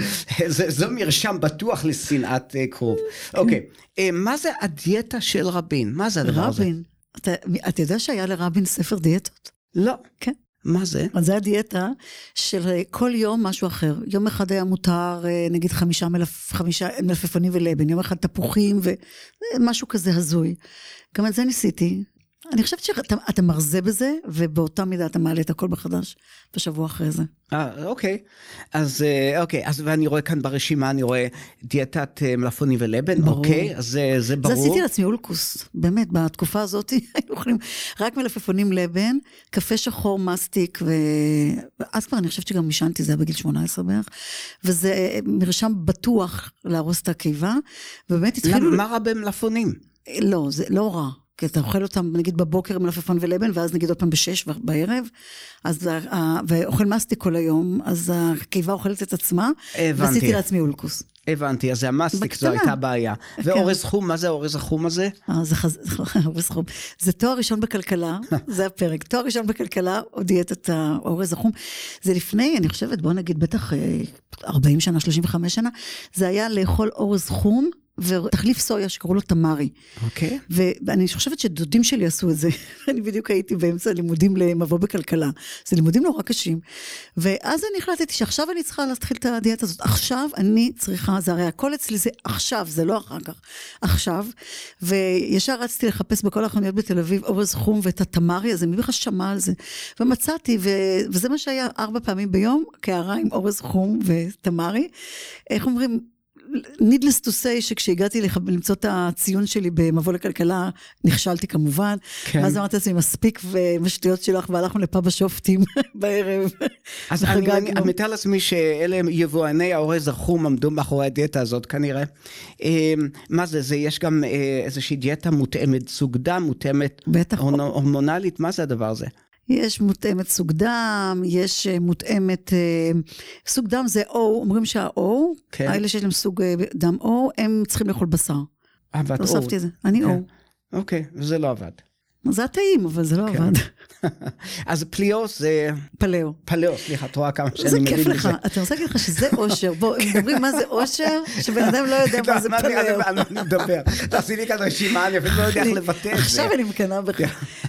Speaker 1: זו מרשם בטוח לשנאת כרוב. אוקיי, מה זה הדיאטה של רבין? מה זה הדבר הזה?
Speaker 4: רבין? אתה יודע שהיה לרבין ספר דיאטות?
Speaker 1: לא.
Speaker 4: כן.
Speaker 1: מה זה?
Speaker 4: אז זה הדיאטה של כל יום משהו אחר. יום אחד היה מותר, נגיד חמישה, מלפ, חמישה מלפפונים ולבן, יום אחד תפוחים ומשהו כזה הזוי. גם את זה ניסיתי. אני חושבת שאתה אתה מרזה בזה, ובאותה מידה אתה מעלה את הכל בחדש, בשבוע אחרי זה.
Speaker 1: אה, אוקיי. אז, אוקיי, אז ואני רואה כאן ברשימה, אני רואה דיאטת מלפפונים ולבן, ברור. אוקיי, אז זה, זה ברור.
Speaker 4: זה עשיתי לעצמי אולקוס, באמת, בתקופה הזאת, היינו אוכלים רק מלפפונים לבן, קפה שחור, מסטיק, ואז כבר אני חושבת שגם מישנתי, זה היה בגיל שמונה עשרה בערך, וזה מרשם בטוח להרוס את הקיבה, ובאמת התחילו...
Speaker 1: מה רע במלפפונים?
Speaker 4: לא, זה לא רע. כי אתה אוכל אותם, נגיד בבוקר עם מלפפון ולבן, ואז נגיד עוד פעם בשש בערב, אז, ואוכל מסטיק כל היום, אז הקיבה אוכלת את עצמה, ועשיתי לעצמי אולקוס.
Speaker 1: הבנתי, אז זה המסטיק, זו הייתה בעיה. ואורז חום, מה זה האורז החום הזה?
Speaker 4: זה אורז חום. זה תואר ראשון בכלכלה, זה הפרק. תואר ראשון בכלכלה, או דיאטת האורז החום. זה לפני, אני חושבת, בוא נגיד, בטח ארבעים שנה, שלושים וחמש שנה, זה היה לאכול אורז חום, ותחליף סויה שקראו לו תמרי.
Speaker 1: אוקיי.
Speaker 4: ואני חושבת שדודים שלי עשו את זה. אני בדיוק הייתי באמצע לימודים למבוא בכלכלה. זה לימודים נורא קשים. ואז אני החלטתי שעכשיו אני צריכה להתחיל את הדיאטה הזאת. עכשיו אני צריכה, זה הרי הכל אצלי זה עכשיו, זה לא אחר כך. עכשיו. וישר רצתי לחפש בכל החנויות בתל אביב אורז חום ואת התמרי הזה, מי בכלל שמע על זה. ומצאתי, ו... וזה מה שהיה ארבע פעמים ביום, קערה עם אורז חום ותמרי. איך אומרים? needless to say, שכשהגעתי למצוא את הציון שלי במבוא לכלכלה, נכשלתי כמובן,
Speaker 1: כן.
Speaker 4: ואז אמרתי לעצמי, מספיק ומשטויות שלך, והלכנו לפאב השופטים בערב.
Speaker 1: אז אני, אני, אני מתאר לעצמי שאלה יבואני האורז הרחום עמדו מאחורי הדיאטה הזאת כנראה. מה זה, זה יש גם איזושהי דיאטה מותאמת סוג דם, מותאמת הורמונלית, מה זה הדבר הזה?
Speaker 4: יש מותאמת סוג דם, יש מותאמת, סוג דם זה O, אומרים שה-O, כן. האלה שיש להם סוג דם O, הם צריכים לאכול בשר.
Speaker 1: עבד O.
Speaker 4: הוספתי את זה, אני כן. O.
Speaker 1: אוקיי, וזה לא עבד.
Speaker 4: זה הטעים, אבל זה לא כן. עבד.
Speaker 1: אז פליאו זה...
Speaker 4: פלאו.
Speaker 1: פלאו, סליחה, את רואה כמה שאני מבין בזה.
Speaker 4: זה כיף לך, אתה רוצה להגיד לך שזה אושר, בוא, אם מדברים מה זה אושר, שבן אדם לא יודע מה זה פלאו.
Speaker 1: אני מדבר, תעשי לי כאן רשימה, אני אפילו לא יודע איך לבטא את זה.
Speaker 4: עכשיו אני מקנה בך.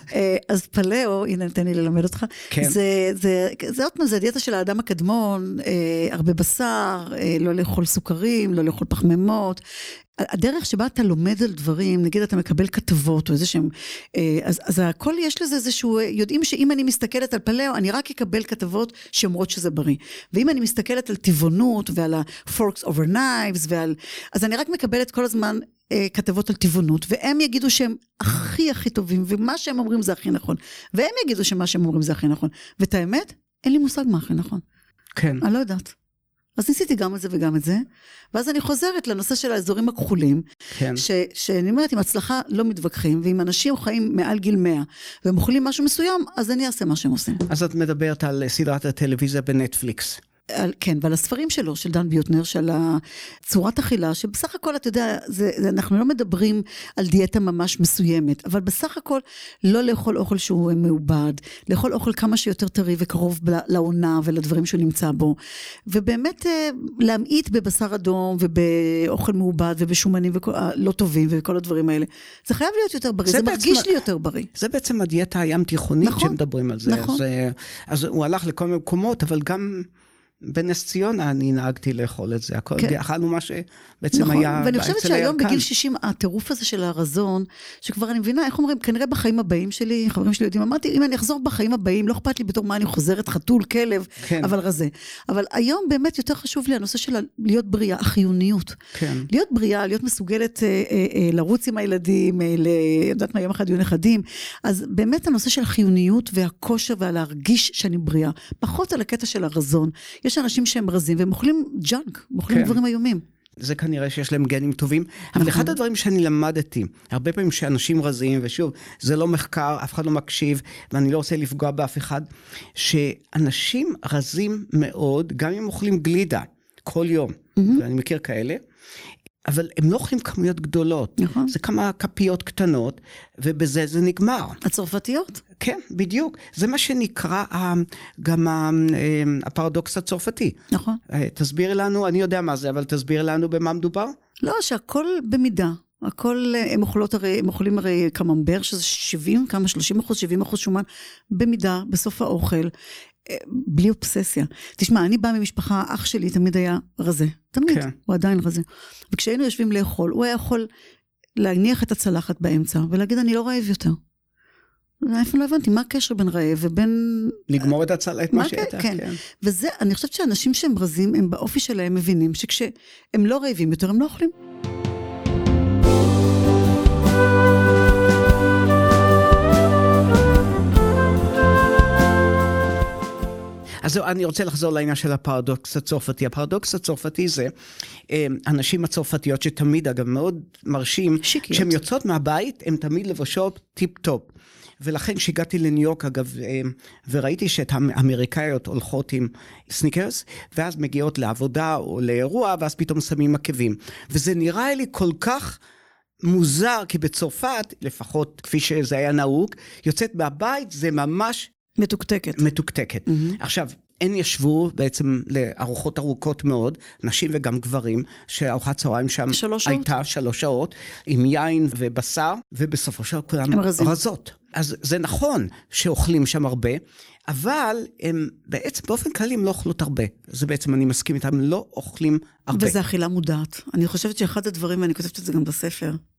Speaker 4: אז פלאו, הנה נתן לי ללמד אותך, זה עוד פעם, זה הדיאטה של האדם הקדמון, הרבה בשר, לא לאכול סוכרים, לא לאכול פחמימות, הדרך שבה אתה לומד על דברים, נגיד אתה מקבל כתבות או איזה שהם, אז, אז הכל יש לזה איזשהו, יודעים שאם אני מסתכלת על פלאו, אני רק אקבל כתבות שאומרות שזה בריא. ואם אני מסתכלת על טבעונות ועל ה-forks over knives, ועל, אז אני רק מקבלת כל הזמן כתבות על טבעונות, והם יגידו שהם הכי הכי טובים, ומה שהם אומרים זה הכי נכון. והם יגידו שמה שהם אומרים זה הכי נכון. ואת האמת, אין לי מושג מה הכי נכון.
Speaker 1: כן.
Speaker 4: אני לא יודעת. אז ניסיתי גם את זה וגם את זה, ואז אני חוזרת לנושא של האזורים הכחולים,
Speaker 1: כן.
Speaker 4: ש, שאני אומרת, עם הצלחה לא מתווכחים, ואם אנשים חיים מעל גיל מאה, והם אוכלים משהו מסוים, אז אני אעשה מה שהם עושים.
Speaker 1: אז את מדברת על סדרת הטלוויזיה בנטפליקס.
Speaker 4: על, כן, ועל הספרים שלו, של דן ביוטנר, של צורת אכילה, שבסך הכל, אתה יודע, זה, זה, אנחנו לא מדברים על דיאטה ממש מסוימת, אבל בסך הכל, לא לאכול אוכל שהוא מעובד, לאכול אוכל כמה שיותר טרי וקרוב לעונה ולדברים שהוא נמצא בו, ובאמת להמעיט בבשר אדום ובאוכל מעובד ובשומנים לא טובים וכל הדברים האלה. זה חייב להיות יותר בריא, זה, זה מרגיש בעצם, לי יותר בריא.
Speaker 1: זה בעצם הדיאטה הים תיכונית
Speaker 4: נכון,
Speaker 1: שמדברים על זה.
Speaker 4: נכון.
Speaker 1: אז, אז הוא הלך לכל מיני מקומות, אבל גם... בנס ציונה אני נהגתי לאכול את זה, הכל, כן. אכלנו מה שבעצם
Speaker 4: נכון,
Speaker 1: היה...
Speaker 4: ואני חושבת שהיום בגיל שישים, הטירוף הזה של הרזון, שכבר אני מבינה, איך אומרים, כנראה בחיים הבאים שלי, חברים שלי יודעים, אמרתי, אם אני אחזור בחיים הבאים, לא אכפת לי בתור מה אני חוזרת, חתול, כלב, כן. אבל רזה. אבל היום באמת יותר חשוב לי הנושא של להיות בריאה, החיוניות.
Speaker 1: כן.
Speaker 4: להיות בריאה, להיות מסוגלת אה, אה, אה, לרוץ עם הילדים, אה, לדעת מה, יום אחד יהיו נכדים, אז באמת הנושא של החיוניות והכושר והלהרגיש שאני בריאה, פחות על הקטע של הרזון. יש אנשים שהם רזים, והם אוכלים ג'אנק, אוכלים כן. דברים איומים.
Speaker 1: זה כנראה שיש להם גנים טובים, אבל אחד הדברים שאני למדתי, הרבה פעמים שאנשים רזים, ושוב, זה לא מחקר, אף אחד לא מקשיב, ואני לא רוצה לפגוע באף אחד, שאנשים רזים מאוד, גם אם אוכלים גלידה, כל יום, ואני מכיר כאלה, אבל הם לא אוכלים כמויות גדולות.
Speaker 4: נכון.
Speaker 1: זה כמה כפיות קטנות, ובזה זה נגמר.
Speaker 4: הצרפתיות?
Speaker 1: כן, בדיוק. זה מה שנקרא גם הפרדוקס הצרפתי.
Speaker 4: נכון.
Speaker 1: תסביר לנו, אני יודע מה זה, אבל תסביר לנו במה מדובר?
Speaker 4: לא, שהכל במידה. הכל, הם אוכלות הרי, הם אוכלים הרי קממבר, שזה שבעים, כמה שלושים אחוז, שבעים אחוז שומן, במידה, בסוף האוכל. בלי אובססיה. תשמע, אני באה ממשפחה, אח שלי תמיד היה רזה. תמיד, כן. הוא עדיין רזה. וכשהיינו יושבים לאכול, הוא היה יכול להניח את הצלחת באמצע, ולהגיד, אני לא רעב יותר. איפה לא הבנתי, מה הקשר בין רעב ובין...
Speaker 1: לגמור את הצלחת, מה שהייתה.
Speaker 4: כן. כן. וזה, אני חושבת שאנשים שהם רזים, הם באופי שלהם מבינים, שכשהם לא רעבים יותר, הם לא אוכלים.
Speaker 1: אז אני רוצה לחזור לעניין של הפרדוקס הצרפתי. הפרדוקס הצרפתי זה אנשים הצרפתיות שתמיד, אגב, מאוד מרשים,
Speaker 4: שיקיות.
Speaker 1: כשהן יוצאות מהבית, הן תמיד לבושות טיפ-טופ. ולכן שהגעתי לניו יורק, אגב, וראיתי שאת האמריקאיות הולכות עם סניקרס, ואז מגיעות לעבודה או לאירוע, ואז פתאום שמים עקבים. וזה נראה לי כל כך מוזר, כי בצרפת, לפחות כפי שזה היה נהוג, יוצאת מהבית, זה ממש...
Speaker 4: מתוקתקת.
Speaker 1: מתוקתקת. Mm-hmm. עכשיו, הן ישבו בעצם לארוחות ארוכות מאוד, נשים וגם גברים, שארוחת צהריים שם
Speaker 4: שלוש
Speaker 1: הייתה
Speaker 4: שעות.
Speaker 1: שלוש שעות, עם יין ובשר, ובסופו של כולם רזות. אז זה נכון שאוכלים שם הרבה, אבל הם בעצם באופן כללי הם לא אוכלות הרבה. זה בעצם אני מסכים איתם, הם לא אוכלים הרבה.
Speaker 4: וזה אכילה מודעת. אני חושבת שאחד הדברים, ואני כותבת את זה גם בספר,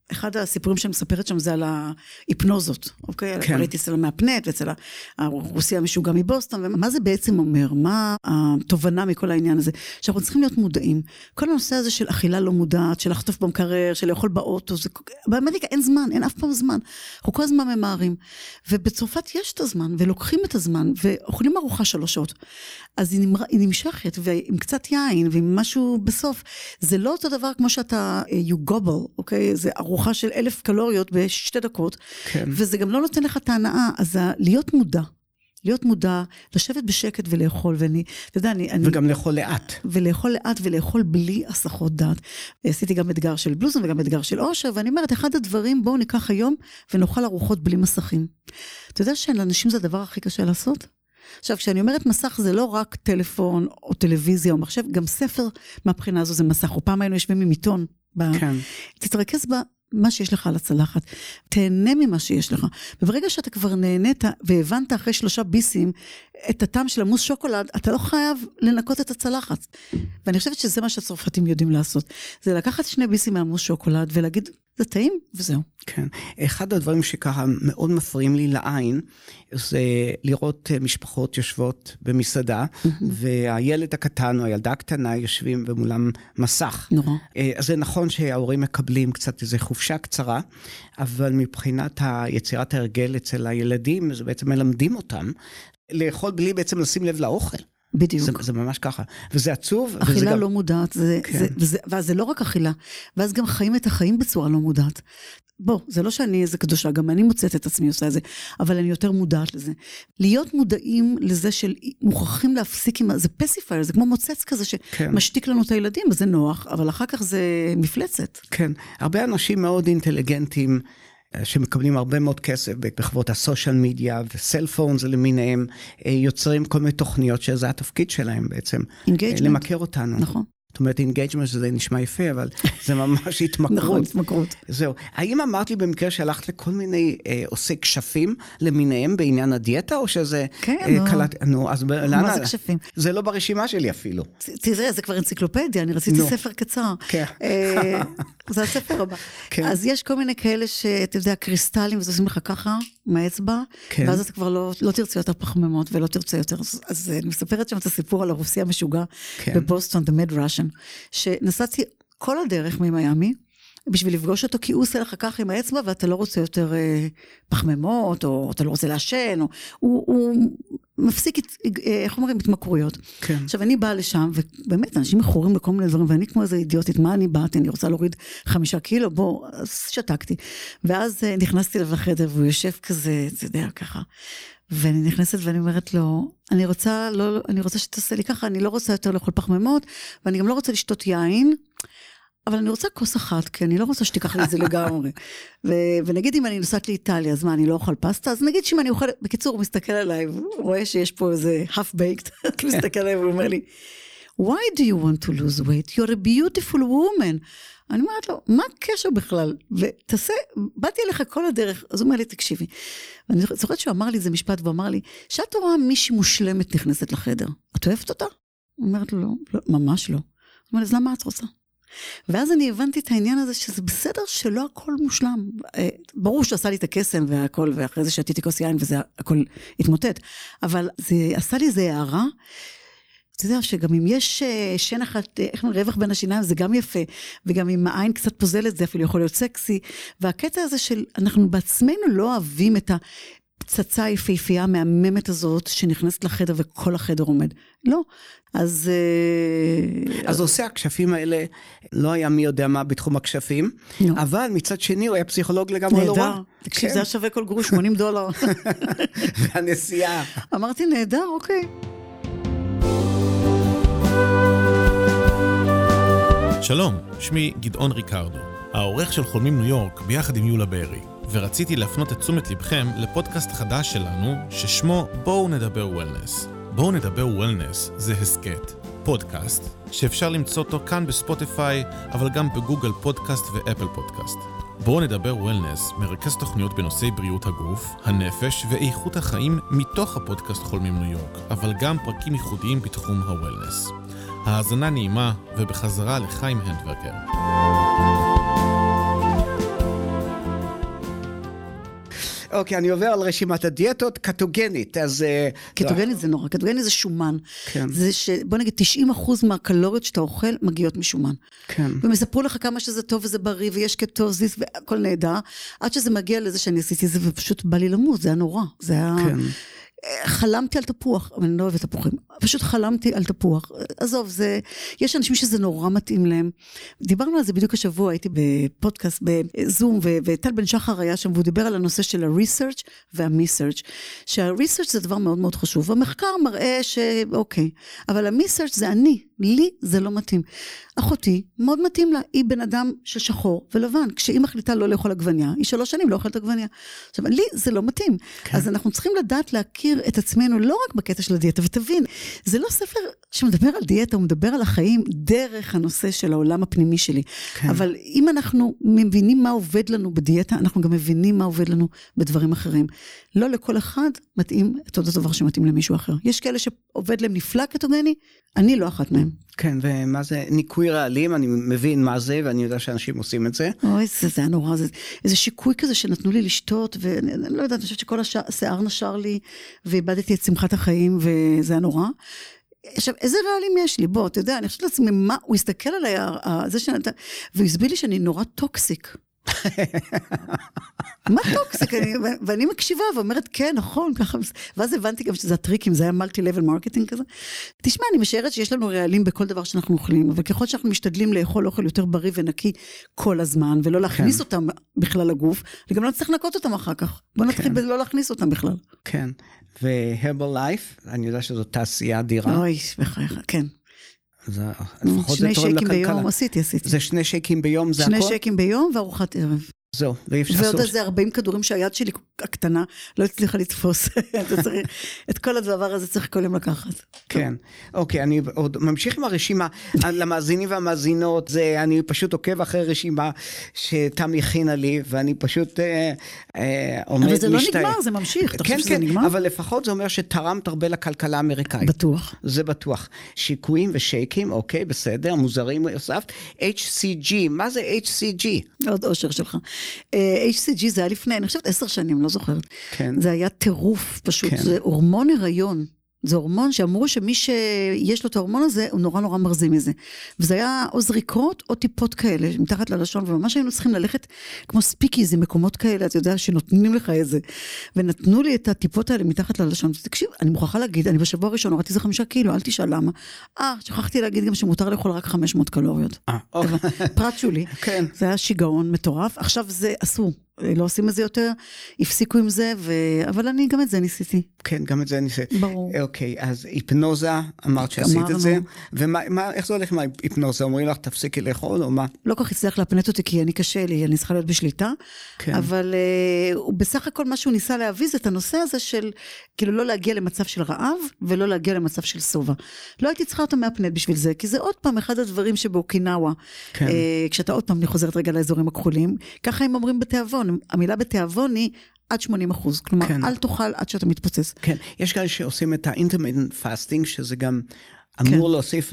Speaker 4: אחד הסיפורים שאני מספרת שם זה על ההיפנוזות, אוקיי? כן. ראיתי אצל המאפנט ואצל הרוסיה המשוגע מבוסטון, ומה זה בעצם אומר? מה התובנה מכל העניין הזה? שאנחנו צריכים להיות מודעים. כל הנושא הזה של אכילה לא מודעת, של לחטוף במקרר, של לאכול באוטו, זה... באמריקה אין זמן, אין אף פעם זמן. אנחנו כל הזמן ממהרים. ובצרפת יש את הזמן, ולוקחים את הזמן, ואוכלים ארוחה שלוש שעות. אז היא, נמר... היא נמשכת, ועם קצת יין, ועם משהו בסוף. זה לא אותו דבר כמו שאתה, you gobble, אוקיי? זה ארוחה של אלף קלוריות בשתי דקות, כן. וזה גם לא נותן לך את ההנאה, אז להיות מודע, להיות מודע, לשבת בשקט ולאכול, ואני, אתה יודע, אני...
Speaker 1: וגם לאכול לאט.
Speaker 4: ולאכול לאט, ולאכול בלי הסחות דעת. עשיתי גם אתגר של בלוזון, וגם אתגר של אושר, ואני אומרת, אחד הדברים, בואו ניקח היום, ונאכל ארוחות בלי מסכים. אתה יודע שלאנשים זה הדבר הכי קשה לעשות? עכשיו, כשאני אומרת מסך, זה לא רק טלפון, או טלוויזיה, או מחשב, גם ספר, מהבחינה הזו זה מסך, או פעם היינו יושבים עם עיתון, כן. תתרכז בה, מה שיש לך על הצלחת, תהנה ממה שיש לך, וברגע שאתה כבר נהנית, והבנת אחרי שלושה ביסים, את הטעם של המוס שוקולד, אתה לא חייב לנקות את הצלחת, ואני חושבת שזה מה שהצרפתים יודעים לעשות, זה לקחת שני ביסים מהמוס שוקולד, ולהגיד, זה טעים, וזהו.
Speaker 1: כן, אחד הדברים שככה מאוד מפריעים לי לעין, זה לראות משפחות יושבות במסעדה, והילד הקטן או הילדה הקטנה יושבים במולם מסך. נורא. אז זה נכון שההורים מקבלים קצת איזו חופשה קצרה, אבל מבחינת יצירת ההרגל אצל הילדים, זה בעצם מלמדים אותם, לאכול בלי בעצם לשים לב לאוכל.
Speaker 4: בדיוק.
Speaker 1: זה, זה ממש ככה. וזה עצוב.
Speaker 4: אכילה
Speaker 1: גם...
Speaker 4: לא מודעת, זה, כן. זה, וזה, ואז זה לא רק אכילה, ואז גם חיים את החיים בצורה לא מודעת. בוא, זה לא שאני איזה קדושה, גם אני מוצאת את עצמי עושה את זה, אבל אני יותר מודעת לזה. להיות מודעים לזה של מוכרחים להפסיק עם, זה פסיפייר, זה כמו מוצץ כזה שמשתיק לנו את הילדים, וזה נוח, אבל אחר כך זה מפלצת.
Speaker 1: כן, הרבה אנשים מאוד אינטליגנטים, שמקבלים הרבה מאוד כסף בחברות הסושיאל מדיה וסלפונס למיניהם, יוצרים כל מיני תוכניות שזה התפקיד שלהם בעצם.
Speaker 4: Engagement.
Speaker 1: למכר אותנו.
Speaker 4: נכון.
Speaker 1: זאת אומרת, אינגייג'מנט שזה נשמע יפה, אבל זה ממש התמכרות.
Speaker 4: נכון, התמכרות.
Speaker 1: זהו. האם אמרת לי במקרה שהלכת לכל מיני אה, עושה כשפים למיניהם בעניין הדיאטה, או שזה...
Speaker 4: כן,
Speaker 1: אה,
Speaker 4: נו.
Speaker 1: קלט, נו, אז... ב,
Speaker 4: מה לאן, זה כשפים?
Speaker 1: זה לא ברשימה שלי אפילו.
Speaker 4: תראה, זה כבר אנציקלופדיה, אני רציתי נו. ספר קצר.
Speaker 1: כן.
Speaker 4: אה, זה הספר הבא. כן. אז יש כל מיני כאלה שאתה יודע, קריסטלים, וזה עושים לך ככה, מהאצבע, כן. ואז אתה כבר לא, לא תרצה יותר פחמימות, ולא תרצה יותר... אז, אז אני מספרת שם את הסיפור על הרוסיה המשוגע, כן. בבוסטון, The Mad Russian, שנסעתי כל הדרך ממיימי, בשביל לפגוש אותו, כי הוא עושה לך כך עם האצבע, ואתה לא רוצה יותר אה, פחמימות, או אתה לא רוצה לעשן, או הוא, הוא מפסיק, את, אה, איך אומרים, התמכרויות. כן. עכשיו, אני באה לשם, ובאמת, אנשים מכורים לכל מיני דברים, ואני כמו איזה אידיוטית, מה אני באתי? אני רוצה להוריד חמישה קילו, בוא, אז שתקתי. ואז אה, נכנסתי אליו לחדר, והוא יושב כזה, אתה יודע, ככה. ואני נכנסת ואני אומרת לו, אני רוצה, לא, אני רוצה שתעשה לי ככה, אני לא רוצה יותר לאכול פחמימות, ואני גם לא רוצה לשתות יין, אבל אני רוצה כוס אחת, כי אני לא רוצה שתיקח לי את זה לגמרי. ו- ונגיד אם אני נוסעת לאיטליה, אז מה, אני לא אוכל פסטה? אז נגיד שאם אני אוכל, בקיצור, הוא מסתכל עליי, הוא רואה שיש פה איזה half baked, הוא מסתכל עליי והוא אומר לי, why do you want to lose weight? You're a beautiful woman. אני אומרת לו, מה הקשר בכלל? ותעשה, באתי אליך כל הדרך, אז הוא אומר לי, תקשיבי. ואני זוכרת שהוא אמר לי איזה משפט, והוא אמר לי, שאת רואה מישהי מושלמת נכנסת לחדר, את אוהבת אותה? הוא אומרת לו, לא, לא, ממש לא. הוא אומר לי, אז למה את רוצה? ואז אני הבנתי את העניין הזה, שזה בסדר שלא הכל מושלם. ברור שעשה לי את הקסם והכל, ואחרי זה שתיתי כוס יין, וזה הכל התמוטט. אבל זה עשה לי איזה הערה, אתה יודע שגם אם יש שן אחת, איך רווח בין השיניים, זה גם יפה, וגם אם העין קצת פוזלת, זה אפילו יכול להיות סקסי, והקטע הזה של, אנחנו בעצמנו לא אוהבים את הפצצה היפהפייה המהממת הזאת, שנכנסת לחדר וכל החדר עומד. לא. אז...
Speaker 1: אז עושה הכשפים האלה, לא היה מי יודע מה בתחום הכשפים, אבל מצד שני הוא היה פסיכולוג לגמרי לא רע.
Speaker 4: תקשיב, זה היה שווה כל גרוש, שמונים דולר.
Speaker 1: והנסיעה.
Speaker 4: אמרתי, נהדר, אוקיי.
Speaker 5: שלום, שמי גדעון ריקרדו, העורך של חולמים ניו יורק ביחד עם יולה ברי, ורציתי להפנות את תשומת לבכם לפודקאסט חדש שלנו, ששמו בואו נדבר וולנס. בואו נדבר וולנס זה הסקט, פודקאסט, שאפשר למצוא אותו כאן בספוטיפיי, אבל גם בגוגל פודקאסט ואפל פודקאסט. בואו נדבר וולנס מרכז תוכניות בנושאי בריאות הגוף, הנפש ואיכות החיים מתוך הפודקאסט חולמים ניו יורק, אבל גם פרקים ייחודיים בתחום הוולנס. האזנה נעימה ובחזרה לחיים הנדברקר.
Speaker 1: אוקיי, אני עובר על רשימת הדיאטות, קטוגנית, אז...
Speaker 4: קטוגנית זה נורא, קטוגנית זה שומן.
Speaker 1: כן.
Speaker 4: זה ש... בוא נגיד, תשעים אחוז מהקלוריות שאתה אוכל מגיעות משומן.
Speaker 1: כן.
Speaker 4: ומספרו לך כמה שזה טוב וזה בריא, ויש קטוזיס והכל נהדר, עד שזה מגיע לזה שאני עשיתי זה, ופשוט בא לי למות, זה היה נורא. זה היה...
Speaker 1: כן.
Speaker 4: חלמתי על תפוח, אבל אני לא אוהבת תפוחים, פשוט חלמתי על תפוח, עזוב, זה, יש אנשים שזה נורא מתאים להם, דיברנו על זה בדיוק השבוע, הייתי בפודקאסט, בזום, וטל בן שחר היה שם, והוא דיבר על הנושא של ה-research וה-me-search, שה-research זה דבר מאוד מאוד חשוב, המחקר מראה שאוקיי, אבל ה-me-search זה אני, לי זה לא מתאים, אחותי מאוד מתאים לה, היא בן אדם של שחור ולבן, כשהיא מחליטה לא לאכול עגבניה, היא שלוש שנים לא אוכלת עגבניה, עכשיו לי זה לא מתאים, כן. אז אנחנו צריכים לדעת להכיר את עצמנו, לא רק בקטע של הדיאטה, ותבין, זה לא ספר שמדבר על דיאטה, הוא מדבר על החיים דרך הנושא של העולם הפנימי שלי, כן. אבל אם אנחנו מבינים מה עובד לנו בדיאטה, אנחנו גם מבינים מה עובד לנו בדברים אחרים, לא לכל אחד מתאים את אותו דבר שמתאים למישהו אחר, יש כאלה שעובד להם נפלא קטוגני, אני לא אחת מהם.
Speaker 1: כן, ומה זה ניקוי רעלים, אני מבין מה זה, ואני יודע שאנשים עושים את זה.
Speaker 4: אוי, זה, זה היה נורא, זה איזה שיקוי כזה שנתנו לי לשתות, ואני לא יודעת, אני חושבת שכל השיער נשר לי, ואיבדתי את שמחת החיים, וזה היה נורא. עכשיו, איזה רעלים יש לי? בוא, אתה יודע, אני חושבת לעצמי, מה, הוא הסתכל עליי, זה שנתן, והוא הסביר לי שאני נורא טוקסיק. מה טוקסיק? ואני מקשיבה ואומרת, כן, נכון, ככה, ואז הבנתי גם שזה הטריקים, זה היה מולטי-לבל מרקטינג כזה. תשמע, אני משערת שיש לנו רעלים בכל דבר שאנחנו אוכלים, אבל ככל שאנחנו משתדלים לאכול אוכל יותר בריא ונקי כל הזמן, ולא להכניס אותם בכלל לגוף, אני גם לא צריך לנקות אותם אחר כך. בוא נתחיל בלא להכניס אותם בכלל.
Speaker 1: כן, והרבלייף, אני יודע שזו תעשייה אדירה.
Speaker 4: אוי, בחייך, כן.
Speaker 1: זה,
Speaker 4: שני שייקים ביום, עשיתי, עשיתי.
Speaker 1: זה שני שייקים ביום, זה
Speaker 4: שני
Speaker 1: הכל?
Speaker 4: שני שייקים ביום וארוחת ערב.
Speaker 1: זהו, ואי אפשר
Speaker 4: ועוד איזה ארבעים כדורים שהיד שלי הקטנה לא הצליחה לתפוס. את כל הדבר הזה צריך כל יום לקחת.
Speaker 1: כן, אוקיי, אני עוד ממשיך עם הרשימה, למאזינים והמאזינות, זה, אני פשוט עוקב אחרי רשימה שתם הכינה לי, ואני פשוט עומד...
Speaker 4: אבל זה לא נגמר, זה ממשיך.
Speaker 1: כן, כן, אבל לפחות זה אומר שתרמת הרבה לכלכלה האמריקאית.
Speaker 4: בטוח.
Speaker 1: זה בטוח. שיקויים ושייקים, אוקיי, בסדר, מוזרים הוספת. אייץ' סי ג'י, מה זה אייץ' סי ג'י? עוד
Speaker 4: אושר שלך. אייץ' סי ג'י זה היה לפני, אני חושבת עשר שנים, לא זוכרת.
Speaker 1: כן.
Speaker 4: זה היה טירוף פשוט, כן. זה הורמון הריון. זה הורמון שאמרו שמי שיש לו את ההורמון הזה, הוא נורא נורא מרזים מזה. וזה היה או זריקות או טיפות כאלה, מתחת ללשון, וממש היינו צריכים ללכת כמו ספיקיז, עם מקומות כאלה, אתה יודע, שנותנים לך איזה. ונתנו לי את הטיפות האלה מתחת ללשון. תקשיב, אני מוכרחה להגיד, אני בשבוע הראשון הורדתי זה חמישה קילו, אל תשאל למה. אה, שכחתי להגיד גם שמותר לאכול רק חמש מאות קלוריות.
Speaker 1: אה, אוקיי.
Speaker 4: פרט שולי.
Speaker 1: כן.
Speaker 4: זה היה שיגעון מטורף. עכשיו זה אסור. לא עושים את זה יותר, הפסיקו עם זה, ו... אבל אני גם את זה ניסיתי.
Speaker 1: כן, גם את זה ניסיתי.
Speaker 4: ברור.
Speaker 1: אוקיי, אז היפנוזה, אמרת שעשית את זה, ואיך זה הולך עם ההיפנוזה? אומרים לך, תפסיקי לאכול או מה?
Speaker 4: לא כך הצליח להפנט אותי, כי אני קשה לי, אני צריכה להיות בשליטה,
Speaker 1: כן.
Speaker 4: אבל uh, בסך הכל מה שהוא ניסה להביז את הנושא הזה של, כאילו לא להגיע למצב של רעב, ולא להגיע למצב של סובה. לא הייתי צריכה אותה מהפנט בשביל זה, כי זה עוד פעם אחד הדברים שבאוקינאווה,
Speaker 1: כן.
Speaker 4: uh, כשאתה עוד פעם חוזרת רגע לאזורים הכחולים, ככה הם אומרים בתיאבון, המילה בתיאבון היא עד שמונים אחוז, כלומר, כן. אל תאכל עד שאתה מתפוצץ.
Speaker 1: כן, יש כאלה שעושים את ה-intermittent fasting, שזה גם אמור כן. להוסיף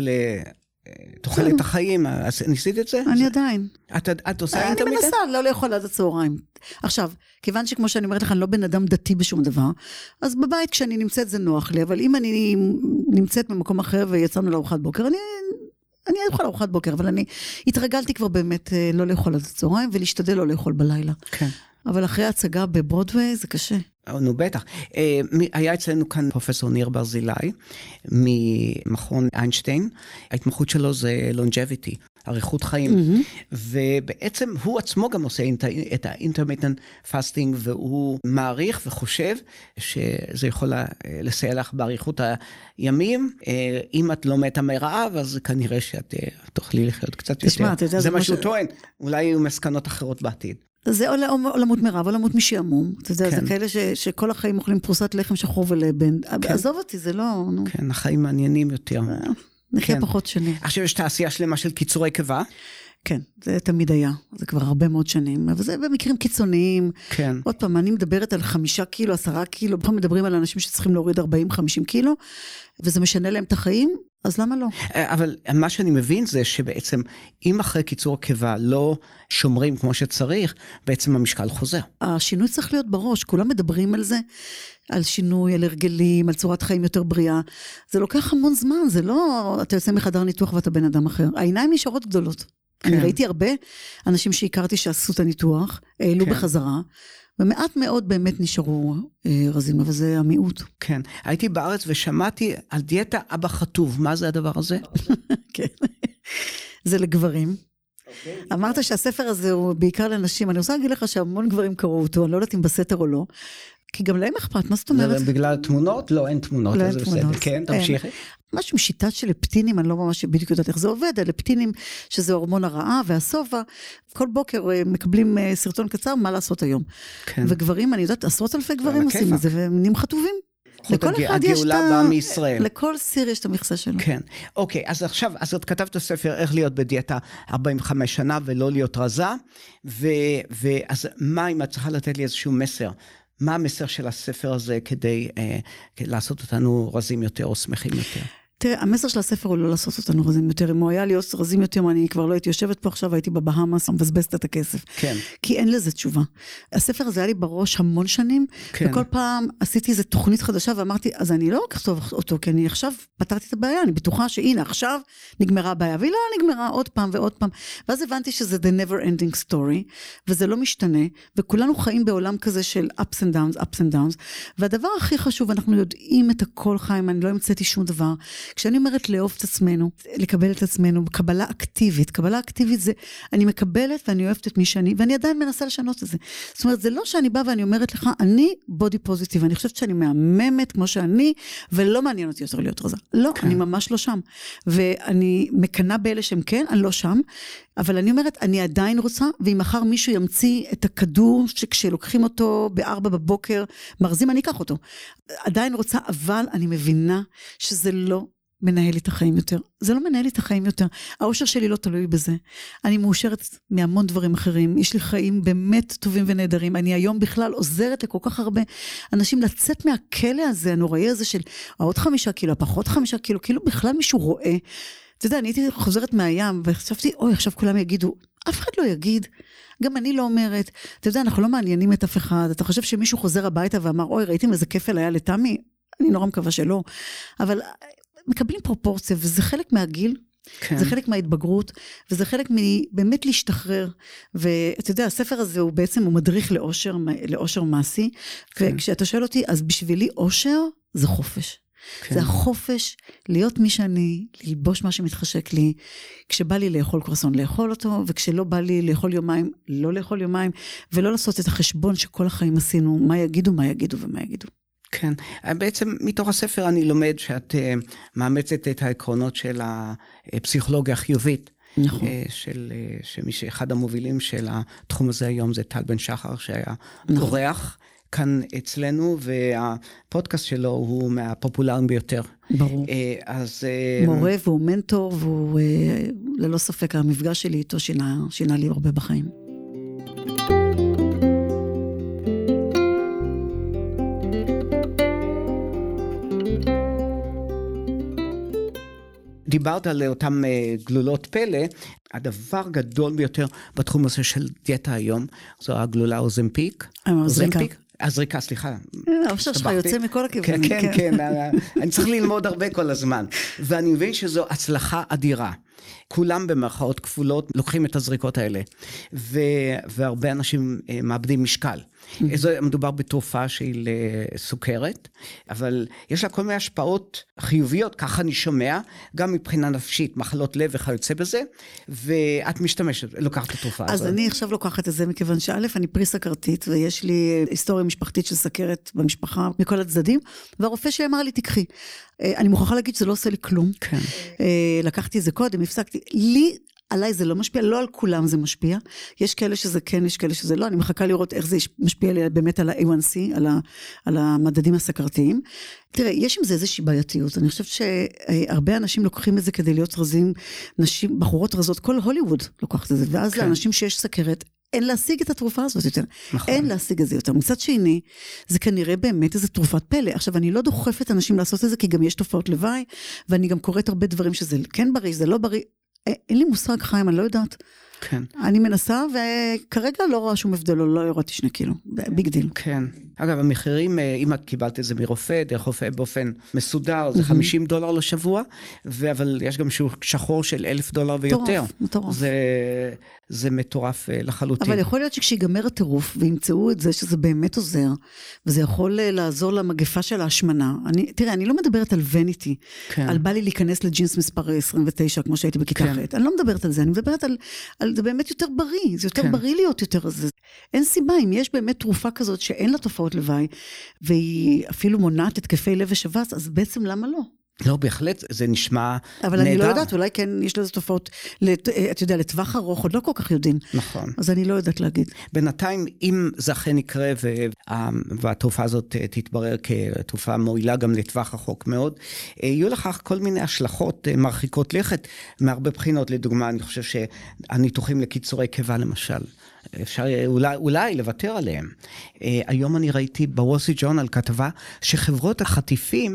Speaker 1: לתוחלת כן. החיים, אז ניסית את זה?
Speaker 4: אני
Speaker 1: זה...
Speaker 4: עדיין.
Speaker 1: את, את עושה
Speaker 4: אני
Speaker 1: intermittent?
Speaker 4: אני מנסה, לא לאכול עד הצהריים. עכשיו, כיוון שכמו שאני אומרת לך, אני לא בן אדם דתי בשום דבר, אז בבית כשאני נמצאת זה נוח לי, אבל אם אני נמצאת במקום אחר ויצאנו לארוחת בוקר, אני... אני אוכל ארוחת בוקר, אבל אני התרגלתי כבר באמת לא לאכול עד הצהריים, ולהשתדל לא לאכול בלילה. כן. אבל אחרי ההצגה בברודווי זה קשה.
Speaker 1: נו, בטח. היה אצלנו כאן פרופסור ניר ברזילי, ממכון איינשטיין. ההתמחות שלו זה longevity, אריכות חיים. Mm-hmm. ובעצם הוא עצמו גם עושה את ה-intermittent fasting, והוא מעריך וחושב שזה יכול לסייע לך באריכות הימים. אם את לא מתה מרעב, אז כנראה שאת תוכלי לחיות קצת
Speaker 4: תשמע,
Speaker 1: יותר.
Speaker 4: אתה יודע,
Speaker 1: זה מה שהוא
Speaker 4: ש...
Speaker 1: טוען. אולי יהיו מסקנות אחרות בעתיד.
Speaker 4: זה או למות מרעב, או למות משעמום. אתה יודע, זה כאלה שכל החיים אוכלים פרוסת לחם שחור ולבן. עזוב אותי, זה לא...
Speaker 1: כן, החיים מעניינים יותר.
Speaker 4: נחיה פחות שנים.
Speaker 1: עכשיו יש תעשייה שלמה של קיצורי קיבה.
Speaker 4: כן, זה תמיד היה, זה כבר הרבה מאוד שנים, אבל זה במקרים קיצוניים.
Speaker 1: כן.
Speaker 4: עוד פעם, אני מדברת על חמישה קילו, עשרה קילו, בכלל מדברים על אנשים שצריכים להוריד ארבעים חמישים קילו, וזה משנה להם את החיים, אז למה לא?
Speaker 1: אבל מה שאני מבין זה שבעצם, אם אחרי קיצור הקיבה לא שומרים כמו שצריך, בעצם המשקל חוזר.
Speaker 4: השינוי צריך להיות בראש, כולם מדברים על זה, על שינוי, על הרגלים, על צורת חיים יותר בריאה. זה לוקח המון זמן, זה לא, אתה יוצא מחדר ניתוח ואתה בן אדם אחר. העיניים נשארות גדולות. אני ראיתי הרבה אנשים שהכרתי שעשו את הניתוח, העלו בחזרה, ומעט מאוד באמת נשארו רזים, אבל זה המיעוט.
Speaker 1: כן, הייתי בארץ ושמעתי על דיאטה אבא חטוב, מה זה הדבר הזה?
Speaker 4: כן, זה לגברים. אמרת שהספר הזה הוא בעיקר לנשים, אני רוצה להגיד לך שהמון גברים קראו אותו, אני לא יודעת אם בסתר או לא, כי גם להם אכפת, מה זאת אומרת?
Speaker 1: בגלל תמונות? לא, אין תמונות,
Speaker 4: לא
Speaker 1: אז זה בסדר. כן, תמשיכי.
Speaker 4: משהו עם שיטת של לפטינים, אני לא ממש בדיוק יודעת איך זה עובד, הלפטינים, שזה הורמון הרעה והסובה, כל בוקר מקבלים סרטון קצר, מה לעשות היום.
Speaker 1: כן.
Speaker 4: וגברים, אני יודעת, עשרות אלפי גברים עושים את זה, והם נהיים חטובים.
Speaker 1: לכל אחד יש את ה... מישראל.
Speaker 4: לכל סיר יש את המכסה שלו.
Speaker 1: כן. אוקיי, אז עכשיו, אז את כתבת ספר, איך להיות בדיאטה ארבעים וחמש שנה, ולא להיות רזה, ואז מה אם את צריכה לתת לי איזשהו מסר? מה המסר של הספר הזה כדי אה, לעשות אותנו רזים יותר או שמחים יותר?
Speaker 4: תראה, המסר של הספר הוא לא לעשות אותנו רזים יותר. אם הוא היה להיות רזים יותר, אני כבר לא הייתי יושבת פה עכשיו, הייתי בבהאמאס, מבזבזת את הכסף.
Speaker 1: כן.
Speaker 4: כי אין לזה תשובה. הספר הזה היה לי בראש המון שנים, כן. וכל פעם עשיתי איזו תוכנית חדשה, ואמרתי, אז אני לא אכתוב אותו, כי אני עכשיו פתרתי את הבעיה, אני בטוחה שהנה, עכשיו נגמרה הבעיה, והיא לא נגמרה עוד פעם ועוד פעם. ואז הבנתי שזה the never ending story, וזה לא משתנה, וכולנו חיים בעולם כזה של ups and downs, ups and downs, והדבר הכי חשוב, אנחנו יודעים את הכל חיים, אני לא המצאתי שום דבר. כשאני אומרת לאהוב את עצמנו, לקבל את עצמנו, קבלה אקטיבית, קבלה אקטיבית זה, אני מקבלת ואני אוהבת את מי שאני, ואני עדיין מנסה לשנות את זה. זאת אומרת, זה לא שאני באה ואני אומרת לך, אני בודי פוזיטיב, אני חושבת שאני מהממת כמו שאני, ולא מעניין אותי יותר להיות רזה. לא, כן. אני ממש לא שם. ואני מקנה באלה שהם כן, אני לא שם, אבל אני אומרת, אני עדיין רוצה, ואם מחר מישהו ימציא את הכדור, שכשלוקחים אותו בארבע בבוקר, מרזים, אני אקח אותו. עדיין רוצה, אבל אני מבינה שזה לא מנהל לי את החיים יותר. זה לא מנהל לי את החיים יותר. האושר שלי לא תלוי בזה. אני מאושרת מהמון דברים אחרים. יש לי חיים באמת טובים ונהדרים. אני היום בכלל עוזרת לכל כך הרבה אנשים לצאת מהכלא הזה, הנוראי הזה של עוד חמישה קילו, פחות חמישה קילו, כאילו בכלל מישהו רואה. אתה יודע, אני הייתי חוזרת מהים, וחשבתי, אוי, עכשיו כולם יגידו, אף אחד לא יגיד, גם אני לא אומרת, אתה יודע, אנחנו לא מעניינים את אף אחד, אתה חושב שמישהו חוזר הביתה ואמר, אוי, ראיתם איזה כפל היה לתמי? אני נורא מקווה שלא, אבל מקבלים פרופורציה, וזה חלק מהגיל, כן. זה חלק מההתבגרות, וזה חלק מבאמת להשתחרר, ואתה יודע, הספר הזה הוא בעצם, הוא מדריך לאושר, לאושר מעשי, כן. וכשאתה שואל אותי, אז בשבילי אושר זה חופש. כן. זה החופש להיות מי שאני, ללבוש מה שמתחשק לי, כשבא לי לאכול קרסון, לאכול אותו, וכשלא בא לי לאכול יומיים, לא לאכול יומיים, ולא לעשות את החשבון שכל החיים עשינו, מה יגידו, מה יגידו ומה יגידו.
Speaker 1: כן, בעצם מתוך הספר אני לומד שאת uh, מאמצת את העקרונות של הפסיכולוגיה החיובית,
Speaker 4: נכון.
Speaker 1: של, שמי שאחד המובילים של התחום הזה היום זה טל בן שחר, שהיה נכון. אורח כאן אצלנו, והפודקאסט שלו הוא מהפופולריים ביותר.
Speaker 4: ברור.
Speaker 1: אז...
Speaker 4: מורה והוא מנטור, והוא ללא ספק המפגש שלי איתו שינה, שינה לי הרבה בחיים.
Speaker 1: דיברת על אותם גלולות פלא, הדבר גדול ביותר בתחום הזה של דיאטה היום, זו הגלולה אוזמפיק.
Speaker 4: אוזמפיק.
Speaker 1: הזריקה, סליחה.
Speaker 4: האושר שלך יוצא מכל הכיוונים.
Speaker 1: כן, כן, כן, אני צריך ללמוד הרבה כל הזמן, ואני מבין שזו הצלחה אדירה. כולם במרכאות כפולות לוקחים את הזריקות האלה, והרבה אנשים מאבדים משקל. זה מדובר בתרופה של סוכרת, אבל יש לה כל מיני השפעות חיוביות, ככה אני שומע, גם מבחינה נפשית, מחלות לב וכיוצא בזה, ואת משתמשת, לוקחת את התרופה הזאת.
Speaker 4: אז אני עכשיו לוקחת את זה, מכיוון שא' אני פרי סכרתית, ויש לי היסטוריה משפחתית של סכרת במשפחה, מכל הצדדים, והרופא שלי אמר לי, תקחי. אני מוכרחה להגיד שזה לא עושה לי כלום.
Speaker 1: כן.
Speaker 4: לקחתי את זה קודם, הפסקתי. לי, עליי זה לא משפיע, לא על כולם זה משפיע, יש כאלה שזה כן, יש כאלה שזה לא, אני מחכה לראות איך זה משפיע באמת על ה-איי וואן סי, על, ה, על המדדים הסכרתיים. תראה, יש עם זה איזושהי בעייתיות, אני חושבת שהרבה אנשים לוקחים את זה כדי להיות רזים, נשים, בחורות רזות, כל הוליווד לוקחת את זה, ואז כן. לאנשים שיש סכרת, אין להשיג את התרופה הזאת יותר, נכון. אין להשיג את זה יותר. מצד שני, זה כנראה באמת איזו תרופת פלא. עכשיו, אני לא דוחפת אנשים לעשות את זה, כי גם יש תופעות לוואי, ואני גם קוראת הרבה דברים שזה כן בריא, זה לא בריא. אין לי מושג חיים, אני לא יודעת.
Speaker 1: כן.
Speaker 4: אני מנסה, וכרגע לא רואה שום הבדל, לא יורדתי שני קילו, ביג דיל.
Speaker 1: כן. אגב, המחירים, אם את קיבלת את זה מרופא, דרך רופא באופן מסודר, זה חמישים דולר לשבוע, אבל יש גם שחור של אלף דולר ויותר.
Speaker 4: מטורף, מטורף.
Speaker 1: זה, זה מטורף לחלוטין.
Speaker 4: אבל יכול להיות שכשיגמר הטירוף, וימצאו את זה שזה באמת עוזר, וזה יכול לעזור למגפה של ההשמנה. אני, תראה, אני לא מדברת על וניטי, כן. על בא לי להיכנס לג'ינס מספר עשרים ותשע, כמו שהייתי בכיתה כן. אחת. אני לא מדברת על זה, אני מדברת על, על זה באמת יותר בריא, זה יותר כן. בריא להיות יותר זה. אין סיבה, אם יש באמת תרופה כזאת שאין לה תופעות לוואי, והיא אפילו מונעת התקפי לב ושבץ, אז בעצם למה לא?
Speaker 1: לא, בהחלט, זה נשמע נהדר.
Speaker 4: אבל אני לא יודעת, אולי כן יש לזה תופעות, את יודע, לטווח ארוך, עוד לא כל כך יודעים.
Speaker 1: נכון.
Speaker 4: אז אני לא יודעת להגיד.
Speaker 1: בינתיים, אם זה אכן יקרה, והתרופה הזאת תתברר כתרופה מועילה גם לטווח רחוק מאוד, יהיו לכך כל מיני השלכות מרחיקות לכת, מהרבה בחינות, לדוגמה, אני חושב שהניתוחים לקיצורי קיבה, למשל, אפשר אולי, אולי לוותר עליהם. היום אני ראיתי בוול סטריט ג'ורנל כתבה שחברות החטיפים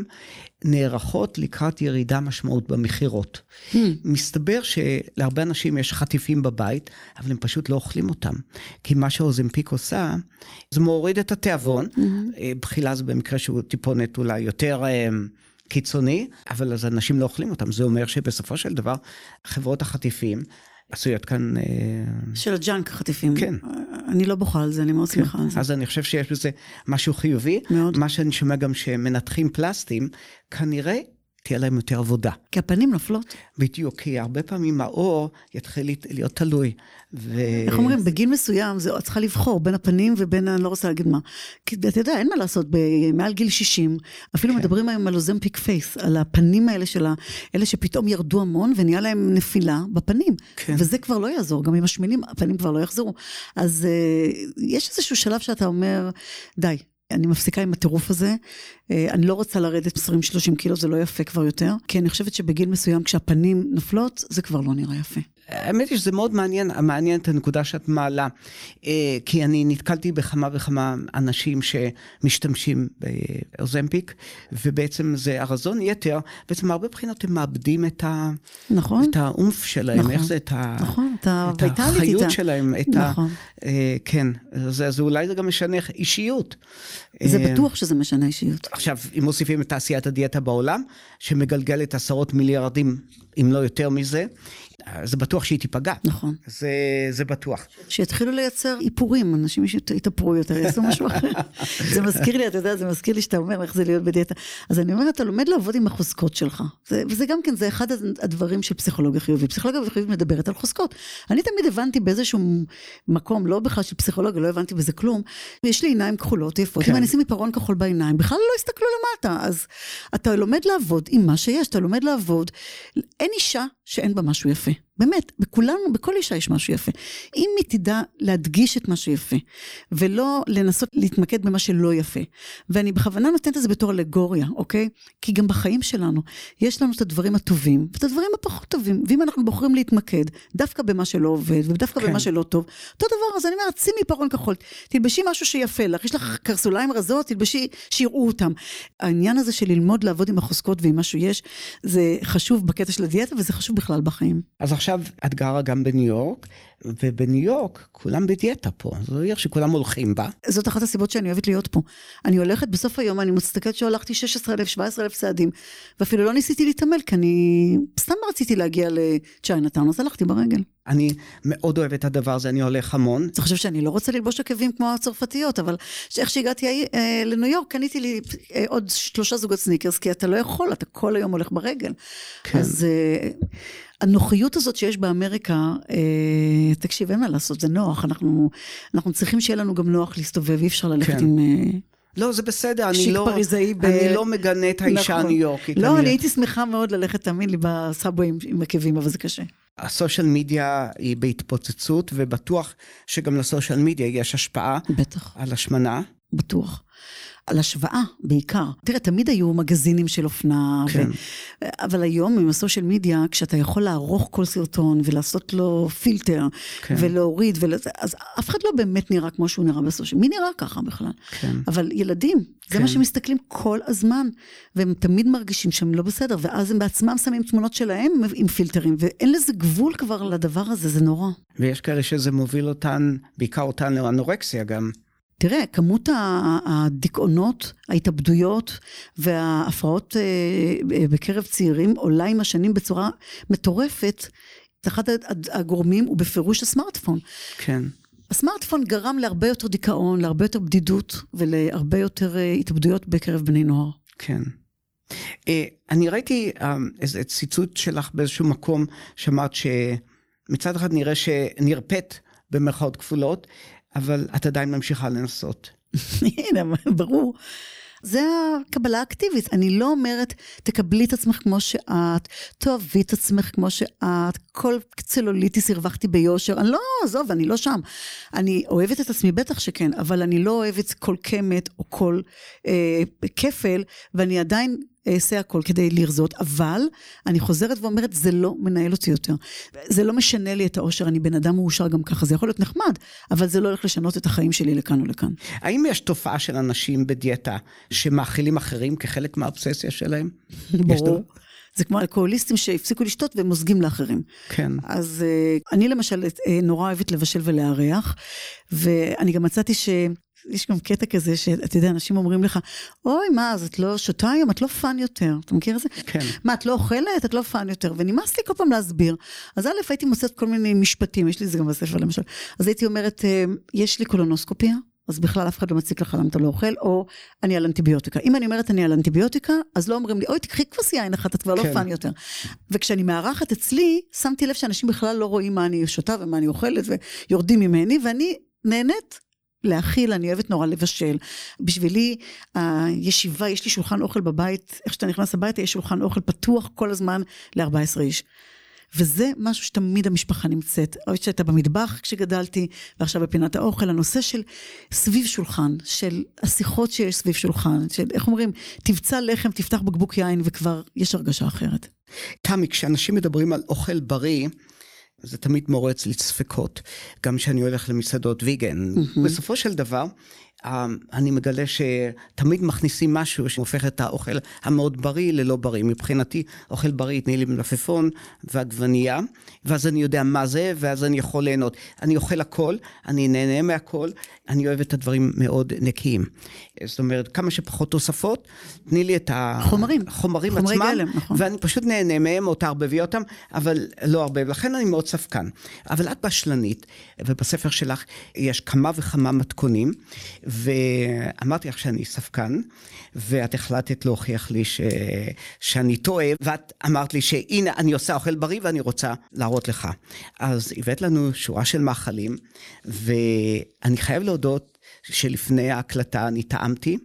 Speaker 1: נערכות לקראת ירידה משמעות במחירות. Hmm. מסתבר שלהרבה אנשים יש חטיפים בבית, אבל הם פשוט לא אוכלים אותם. כי מה שאוזמפיק עושה, זה מוריד את התיאבון. Hmm. בחילה זה במקרה שהוא טיפונת אולי יותר קיצוני, אבל אז אנשים לא אוכלים אותם. זה אומר שבסופו של דבר, חברות החטיפים, עשויות כאן...
Speaker 4: של הג'אנק חטיפים.
Speaker 1: כן.
Speaker 4: אני לא בוכה על זה, אני מאוד שמחה על זה.
Speaker 1: אז אני חושב שיש בזה משהו חיובי.
Speaker 4: מאוד.
Speaker 1: מה שאני שומע גם שמנתחים פלסטיים, כנראה תהיה להם יותר עבודה.
Speaker 4: כי הפנים נופלות.
Speaker 1: בדיוק, כי הרבה פעמים האור יתחיל להיות תלוי. ו...
Speaker 4: איך אומרים, בגיל מסוים, זה צריכה לבחור בין הפנים ובין, אני לא רוצה להגיד מה. כי אתה יודע, אין מה לעשות, מעל גיל שישים, אפילו כן. מדברים היום על אוזמפיק פייס, על הפנים האלה של אלה שפתאום ירדו המון, ונהיה להם נפילה בפנים. כן. וזה כבר לא יעזור, גם עם השמנים, הפנים כבר לא יחזרו. אז uh, יש איזשהו שלב שאתה אומר, די. אני מפסיקה עם הטירוף הזה, אני לא רוצה לרדת עשרים שלושים קילו, זה לא יפה כבר יותר, כי אני חושבת שבגיל מסוים כשהפנים נופלות, זה כבר לא נראה יפה.
Speaker 1: האמת היא שזה מאוד מעניין, מעניין את הנקודה שאת מעלה, כי אני נתקלתי בכמה וכמה אנשים שמשתמשים באוזמפיק, ובעצם זה הרזון יתר, בעצם הרבה בחינות הם מאבדים את, ה... נכון. את האומף שלהם, נכון. איך זה את, ה...
Speaker 4: נכון. את,
Speaker 1: את החיות
Speaker 4: איתה.
Speaker 1: שלהם, את נכון. ה... כן, זה, זה אולי זה גם משנה אישיות.
Speaker 4: זה בטוח שזה משנה אישיות.
Speaker 1: עכשיו, אם מוסיפים את תעשיית הדיאטה בעולם, שמגלגלת עשרות מיליארדים, אם לא יותר מזה, זה בטוח שהיא תיפגע.
Speaker 4: נכון.
Speaker 1: זה, זה בטוח.
Speaker 4: שיתחילו לייצר איפורים, אנשים יתאפרו יותר, יעשו משהו אחר. זה מזכיר לי, אתה יודע, זה מזכיר לי שאתה אומר, איך זה להיות בדיאטה. אז אני אומרת, אתה לומד לעבוד עם החוזקות שלך. זה, וזה גם כן, זה אחד הדברים של פסיכולוגיה חיובית. פסיכולוגיה חיובית מדברת על חוזקות. אני תמיד הבנתי באיזשהו מקום, לא בכלל של פסיכולוגיה, לא הבנתי בזה כלום. יש לי עיניים כחולות, יפות. כן. אם אני אשים מפרון כחול בעיניים, בכלל לא הסתכלו למטה. אז אתה לומד לעבוד עם מה שיש, אתה לומד לעבוד. אין אישה שאין בה משהו יפה. באמת, בכולנו, בכל אישה יש משהו יפה. אם היא תדע להדגיש את משהו יפה, ולא לנסות להתמקד במה שלא יפה, ואני בכוונה נותנת את זה בתור אלגוריה, אוקיי? כי גם בחיים שלנו, יש לנו את הדברים הטובים, ואת הדברים הפחות טובים, ואם אנחנו בוחרים להתמקד, דווקא במה שלא עובד, ודווקא כן. במה שלא טוב, אותו דבר, אז אני אומרת, שימי פרון כחול, תלבשי משהו שיפה לך, יש לך קרסוליים רזות, תלבשי, שיראו אותם. העניין הזה של ללמוד לעבוד עם החוזקות ועם משהו יש, זה חשוב בקטע של הדיאטה, וזה חשוב בכלל בחיים.
Speaker 1: אז עכשיו את גרה גם בניו יורק, ובניו יורק כולם בדיאטה פה, זו עיר שכולם הולכים בה. זאת
Speaker 4: אחת הסיבות שאני אוהבת להיות פה. אני הולכת בסוף היום, אני מסתכלת שהולכתי שש עשרה אלף, שבע עשרה אלף צעדים, ואפילו לא ניסיתי להתעמל, כי אני סתם רציתי להגיע לצ'יינאטאון, אז הלכתי ברגל.
Speaker 1: אני מאוד אוהב את הדבר הזה, אני הולך המון.
Speaker 4: אני חושב שאני לא רוצה ללבוש עקבים כמו הצרפתיות, אבל איך שהגעתי אה, לניו יורק, קניתי לי אה, עוד שלושה זוגות סניקרס, כי אתה לא יכול, אתה כל היום הולך ברגל. כן. אז אה, הנוחיות הזאת שיש באמריקה, אה, תקשיב, אין מה לעשות, זה נוח, אנחנו, אנחנו צריכים שיהיה לנו גם נוח להסתובב, אי אפשר ללכת כן. עם... אה,
Speaker 1: לא, זה בסדר, אני לא, ב... אני לא מגנה את האישה הניו יורקית.
Speaker 4: לא, אני הייתי שמחה מאוד ללכת, תאמין לי, בסאבווי עם עקבים, אבל זה קשה.
Speaker 1: הסושיאל מדיה היא בהתפוצצות, ובטוח שגם לסושיאל מדיה יש השפעה.
Speaker 4: בטח.
Speaker 1: על השמנה.
Speaker 4: בטוח. על השוואה בעיקר. תראה, תמיד היו מגזינים של אופנה,
Speaker 1: כן.
Speaker 4: ו... אבל היום עם הסושיאל מדיה, כשאתה יכול לערוך כל סרטון, ולעשות לו פילטר,
Speaker 1: כן.
Speaker 4: ולהוריד, ול... אז אף אחד לא באמת נראה כמו שהוא נראה בסושיאל. מי נראה ככה בכלל?
Speaker 1: כן.
Speaker 4: אבל ילדים, זה
Speaker 1: כן.
Speaker 4: מה שמסתכלים כל הזמן, והם תמיד מרגישים שהם לא בסדר, ואז הם בעצמם שמים תמונות שלהם עם פילטרים, ואין לזה גבול כבר לדבר הזה, זה נורא.
Speaker 1: ויש כאלה שזה מוביל אותן, בעיקר אותן לאנורקסיה גם.
Speaker 4: תראה, כמות הדיכאונות, ההתאבדויות וההפרעות בקרב צעירים עולה עם השנים בצורה מטורפת. אחד הגורמים הוא בפירוש הסמארטפון.
Speaker 1: כן.
Speaker 4: הסמארטפון גרם להרבה יותר דיכאון, להרבה יותר בדידות ולהרבה יותר התאבדויות בקרב בני נוער.
Speaker 1: כן. אני ראיתי איזה ציטוט שלך באיזשהו מקום, שאמרת שמצד אחד נראה שנרפאת במרכאות כפולות, אבל את עדיין ממשיכה לנסות.
Speaker 4: הנה, ברור. זה הקבלה האקטיבית. אני לא אומרת, תקבלי את עצמך כמו שאת, תאהבי את עצמך כמו שאת, כל צלוליטיס הרווחתי ביושר. אני לא, עזוב, אני לא שם. אני אוהבת את עצמי, בטח שכן, אבל אני לא אוהבת כל קמת או כל אה, כפל, ואני עדיין אעשה הכל כדי לרזות, אבל אני חוזרת ואומרת, זה לא מנהל אותי יותר. זה לא משנה לי את האושר, אני בן אדם מאושר גם ככה, זה יכול להיות נחמד, אבל זה לא הולך לשנות את החיים שלי לכאן או לכאן.
Speaker 1: האם יש תופעה של אנשים בדיאטה, שמאכילים אחרים כחלק מהאובססיה שלהם?
Speaker 4: ברור. זה כמו אלכוהוליסטים שהפסיקו לשתות והם מוזגים לאחרים.
Speaker 1: כן.
Speaker 4: אז אני למשל נורא אוהבת לבשל ולהריח, ואני גם מצאתי ש... יש גם קטע כזה שאתה יודע, אנשים אומרים לך, אוי, מה, אז את לא שותה היום, את לא פן יותר. אתה מכיר את זה?
Speaker 1: כן.
Speaker 4: מה, את לא אוכלת, את לא פן יותר. ונמאס לי כל פעם להסביר. אז א', הייתי מוצאת כל מיני משפטים, יש לי זה גם בספר למשל. אז הייתי אומרת, יש לי קולונוסקופיה, אז בכלל אף אחד לא מציק לך למה אתה לא אוכל, או אני על אנטיביוטיקה. אם אני אומרת אני על אנטיביוטיקה, אז לא אומרים לי, אוי, תקחי כבסייה, אין אחת, את כבר
Speaker 1: כן.
Speaker 4: לא פן יותר. וכשאני מארחת אצלי, שמתי לב שאנשים בכלל לא רואים מה אני שותה ומה אני אוכלת, ויורדים ממני, ואני נהנית להכיל, אני אוהבת נורא לבשל. בשבילי, הישיבה, יש לי שולחן אוכל בבית, איך שאתה נכנס הביתה, יש שולחן אוכל פתוח כל הזמן ל-ארבעה עשר איש. וזה משהו שתמיד המשפחה נמצאת. או שהייתה במטבח כשגדלתי, ועכשיו בפינת האוכל, הנושא של סביב שולחן, של השיחות שיש סביב שולחן, של, איך אומרים, תבצע לחם, תפתח בקבוק יין, וכבר יש הרגשה אחרת.
Speaker 1: תמי, כשאנשים מדברים על אוכל בריא, זה תמיד מורץ לי ספקות, גם כשאני הולך למסעדות ויגן. Mm-hmm. בסופו של דבר, אני מגלה שתמיד מכניסים משהו שהופך את האוכל המאוד בריא ללא בריא. מבחינתי, אוכל בריא, תני לי מלפפון ועגבנייה, ואז אני יודע מה זה, ואז אני יכול ליהנות. אני אוכל הכל, אני נהנה מהכל, אני אוהב את הדברים מאוד נקיים. זאת אומרת, כמה שפחות תוספות, תני לי את
Speaker 4: החומרים,
Speaker 1: החומרים
Speaker 4: חומרי
Speaker 1: עצמם,
Speaker 4: גלם, נכון.
Speaker 1: ואני פשוט נהנה מהם, או תערבבי אותם, אבל לא הרבה, ולכן אני מאוד ספקן. אבל את בשלנית, ובספר שלך יש כמה וכמה מתכונים, ואמרתי לך שאני ספקן, ואת החלטת להוכיח לי ש... שאני טועה, ואת אמרת לי שהנה אני עושה אוכל בריא, ואני רוצה להראות לך. אז הבאת לנו שורה של מאכלים, ואני חייב להודות שלפני ההקלטה אני טעמתי,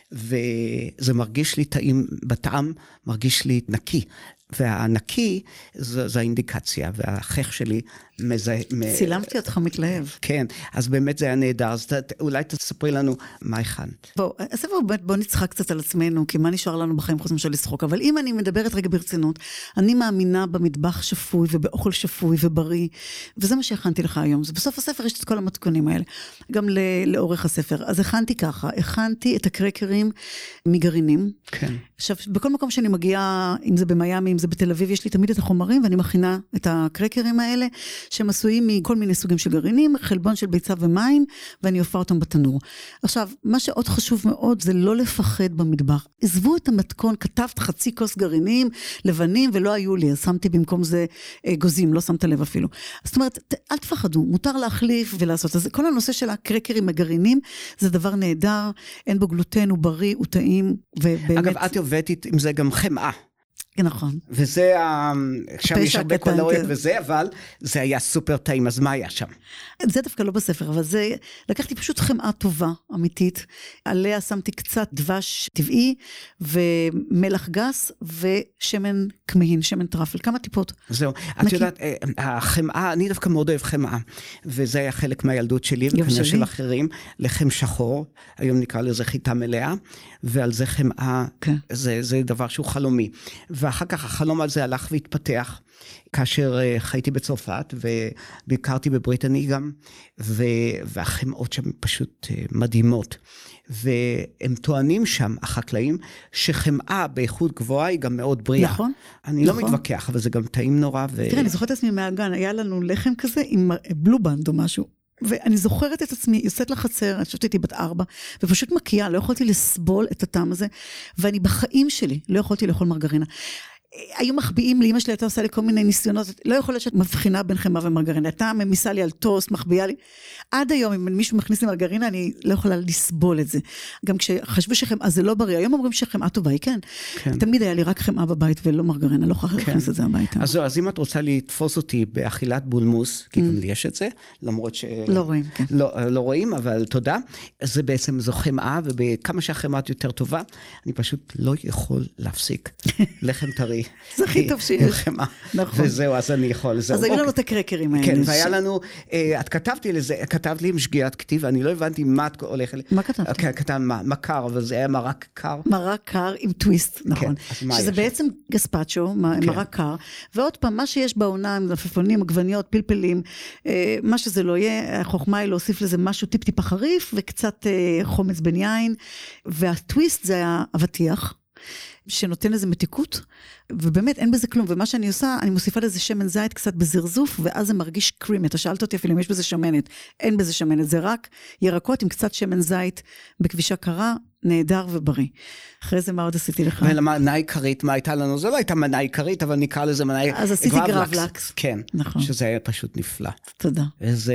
Speaker 1: וזה מרגיש לי טעים, בטעם מרגיש לי נקי, והנקי זו, זו האינדיקציה, והחך שלי מזה...
Speaker 4: צילמתי אותך מתלהב.
Speaker 1: כן, אז באמת זה היה נהדר, אז ת, אולי תספרי לנו מה הכנת.
Speaker 4: בוא, הספר באמת, בוא נצחק קצת על עצמנו, כי מה נשאר לנו בחיים חוץ משל לצחוק, אבל אם אני מדברת רגע ברצינות, אני מאמינה במטבח שפוי, ובאוכל שפוי ובריא, וזה מה שהכנתי לך היום, זה בסוף הספר יש את כל המתכונים האלה, גם לאורך הספר, אז הכנתי ככה, הכנתי את הקרקרים מגרעינים,
Speaker 1: כן.
Speaker 4: עכשיו, בכל מקום שאני מגיעה, אם זה במיימי, אם זה בתל אביב, יש לי תמיד את החומרים, ואני מכינה את הקרקרים האלה, שהם עשויים מכל מיני סוגים של גרעינים, חלבון של ביצה ומים, ואני אופה אותם בתנור. עכשיו, מה שעוד חשוב מאוד, זה לא לפחד במטבח. עזבו את המתכון, כתבת חצי כוס גרעינים, לבנים, ולא היו לי, אז שמתי במקום זה גוזים, לא שמת לב אפילו. זאת אומרת, אל תפחדו, מותר להחליף ולעשות. אז כל הנושא של הקרקרים הגרעינים, זה דבר נהדר, אין בו גלוטן, הוא בריא, הוא טעים, ובאמת...
Speaker 1: אגב, את עובדת עם זה גם חמאה.
Speaker 4: נכון.
Speaker 1: וזה, ה- שם יש הרבה
Speaker 4: הקטן,
Speaker 1: קולוריות
Speaker 4: כן.
Speaker 1: וזה, אבל זה היה סופר טעים, אז מה היה שם?
Speaker 4: זה דווקא לא בספר, אבל זה, לקחתי פשוט חמאה טובה, אמיתית, עליה שמתי קצת דבש טבעי, ומלח גס, ושמן כמהין, שמן טרפל, כמה טיפות.
Speaker 1: זהו, את
Speaker 4: מכיר-
Speaker 1: יודעת, אה, החמאה, אני דווקא מאוד אוהב חמאה, וזה היה חלק מהילדות שלי,
Speaker 4: גם
Speaker 1: וכנראה
Speaker 4: שלי.
Speaker 1: של אחרים, לחם שחור, היום נקרא לזה חיטה מלאה, ועל זה חמאה,
Speaker 4: כן.
Speaker 1: זה, זה דבר שהוא חלומי. ואחר כך החלום הזה הלך והתפתח, כאשר uh, חייתי בצרפת, וביקרתי בבריטני גם, ו, והחמאות שם פשוט uh, מדהימות. והם טוענים שם, החקלאים, שחמאה באיכות גבוהה היא גם מאוד בריאה.
Speaker 4: נכון.
Speaker 1: אני לא
Speaker 4: נכון.
Speaker 1: מתווכח, אבל זה גם טעים נורא. ו...
Speaker 4: תראה, אני זוכרת את עצמי מהגן, היה לנו לחם כזה עם בלובנד או משהו, ואני זוכרת את עצמי, יוצאת לחצר, אני חושבת הייתי בת ארבע, ופשוט מקיאה, לא יכולתי לסבול את הטעם הזה, ואני בחיים שלי לא יכולתי לאכול מרגרינה. היו מחביאים לי, אמא שלי הייתה עושה לי כל מיני ניסיונות, לא יכול להיות שאת מבחינה בין חמאה ומרגרינה, הייתה ממיסה לי על טוסט, מחביאה לי, עד היום אם מישהו מכניס לי מרגרינה, אני לא יכולה לסבול את זה. גם כשחשבו שחמאה זה לא בריא, היום אומרים שחמאה טובה היא כן.
Speaker 1: כן.
Speaker 4: תמיד היה לי רק חמאה בבית ולא מרגרינה, לא יכולה להכניס את זה הביתה.
Speaker 1: אז זהו, אז אם את רוצה לתפוס אותי באכילת בולמוס, כי גם לי יש את זה, למרות ש...
Speaker 4: לא רואים, כן.
Speaker 1: לא, לא רואים, אבל תודה. זה בעצם זו חמאה, ובכמה שהחמאה יותר טובה, אני פשוט לא יכול להפסיק. לחם טרי.
Speaker 4: זה הכי טוב שיש.
Speaker 1: עם חמאה.
Speaker 4: נכון.
Speaker 1: וזהו, אז אני יכול. זהו.
Speaker 4: אז היו לנו
Speaker 1: אוקיי.
Speaker 4: את הקרקרים האלה.
Speaker 1: כן,
Speaker 4: ש-
Speaker 1: והיה לנו, אה, את כתבתי לזה, כתבת לי עם שגיאת כתיב, אני לא הבנתי מה את הולכת.
Speaker 4: מה כתבתי?
Speaker 1: כן, כתב מה, מה קר, אבל זה היה מרק קר.
Speaker 4: מרק קר עם טוויסט, נכון.
Speaker 1: אז מה
Speaker 4: שזה
Speaker 1: היה שם?
Speaker 4: בעצם גספצ'ו, מ- מרק קר, ועוד פעם, מה שיש בעונה, עם עפפונים, עגבניות, פלפלים, אה, מה שזה לא יהיה, החוכמה היא להוסיף לזה משהו טיפ-טיפה חריף, וקצת אה, חומץ בן יין, והטוויסט זה היה אבטיח, שנותן לזה מתיקות, ובאמת אין בזה כלום, ומה שאני עושה, אני מוסיפה לזה שמן זית קצת בזרזוף, ואז זה מרגיש קרימי, אתה שאלת אותי אפילו אם יש בזה שמנת, אין בזה שמנת, זה רק ירקות עם קצת שמן זית, בכבישה קרה, נהדר ובריא. אחרי זה מה עוד עשיתי לך?
Speaker 1: ולמנה עיקרית, מה הייתה לנו? זה לא הייתה מנה עיקרית, אבל נקרא לזה מנה...
Speaker 4: אז עשיתי גרבלקס.
Speaker 1: כן,
Speaker 4: נכון.
Speaker 1: שזה היה פשוט נפלא.
Speaker 4: תודה.
Speaker 1: איזה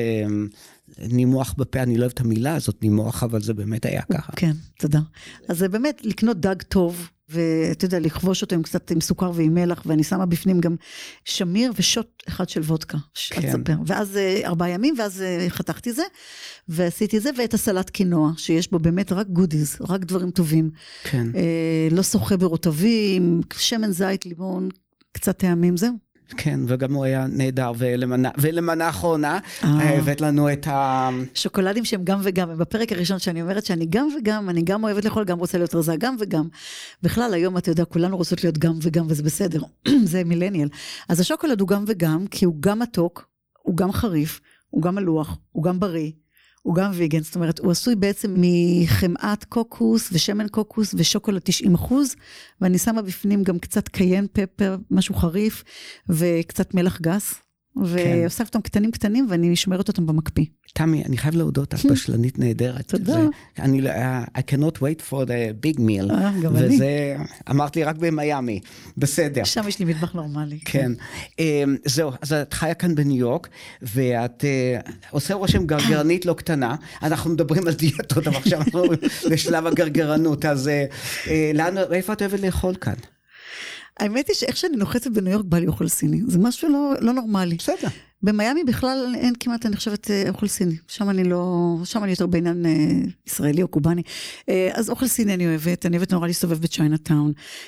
Speaker 1: נימוח בפה, אני לא אוהב את המילה הזאת, נימוח, אבל זה באמת היה ככה.
Speaker 4: כן, תודה. אז זה באמת לקנות דג טוב, ואתה יודע, לכבוש אותו עם קצת עם סוכר ועם מלח, ואני שמה בפנים גם שמיר ושוט אחד של וודקה,
Speaker 1: כן.
Speaker 4: אספר. ואז ארבעה ימים, ואז חתכתי זה, ועשיתי זה, ואת הסלט קינוע, שיש בו באמת רק גודיז, רק דברים טובים.
Speaker 1: כן.
Speaker 4: אה, לא שוחה ברוטבים, שמן זית, לימון, קצת טעמים, זהו.
Speaker 1: כן, וגם הוא היה נהדר, ולמנה, ולמנה האחרונה,
Speaker 4: אה.
Speaker 1: הבאת לנו את ה...
Speaker 4: שוקולדים שהם גם וגם, הם בפרק הראשון שאני אומרת שאני גם וגם, אני גם אוהבת לאכול, גם רוצה להיות רזה, גם וגם. בכלל היום אתה יודע, כולנו רוצות להיות גם וגם, וזה בסדר, זה מילניאל. אז השוקולד הוא גם וגם, כי הוא גם מתוק, הוא גם חריף, הוא גם מלוח, הוא גם בריא, הוא גם ויגן, זאת אומרת, הוא עשוי בעצם מחמאת קוקוס ושמן קוקוס ושוקולד תשעים אחוז, ואני שמה בפנים גם קצת קיין פפר, משהו חריף, וקצת מלח גס, ועושה אותם קטנים קטנים, ואני שומרת אותם במקפיא.
Speaker 1: תמי, אני חייב להודות, את בשלנית נהדרת.
Speaker 4: תודה.
Speaker 1: זה, אני, I cannot wait for the big meal.
Speaker 4: אה, גם אני.
Speaker 1: וזה, אמרת לי רק במיימי, בסדר.
Speaker 4: שם יש לי מטבח נורמלי.
Speaker 1: כן. אמ, זהו, אז את חיה כאן בניו יורק, ואת אה, עושה רושם גרגרנית לא קטנה, אנחנו מדברים על דיאטות, אבל עכשיו אנחנו לשלב הגרגרנות, אז אה, אה, לאן, איפה את אוהבת לאכול כאן?
Speaker 4: האמת היא שאיך שאני נוחצת בניו יורק בא לי אוכל סיני, זה משהו לא, לא נורמלי.
Speaker 1: בסדר.
Speaker 4: במיימי בכלל אין כמעט, אני חושבת, אוכל סיני. שם אני לא, שם אני יותר בעניין אה, ישראלי או קובני. אה, אז אוכל סיני אני אוהבת, אני אוהבת נורא להסתובב בצ'יינאטאון,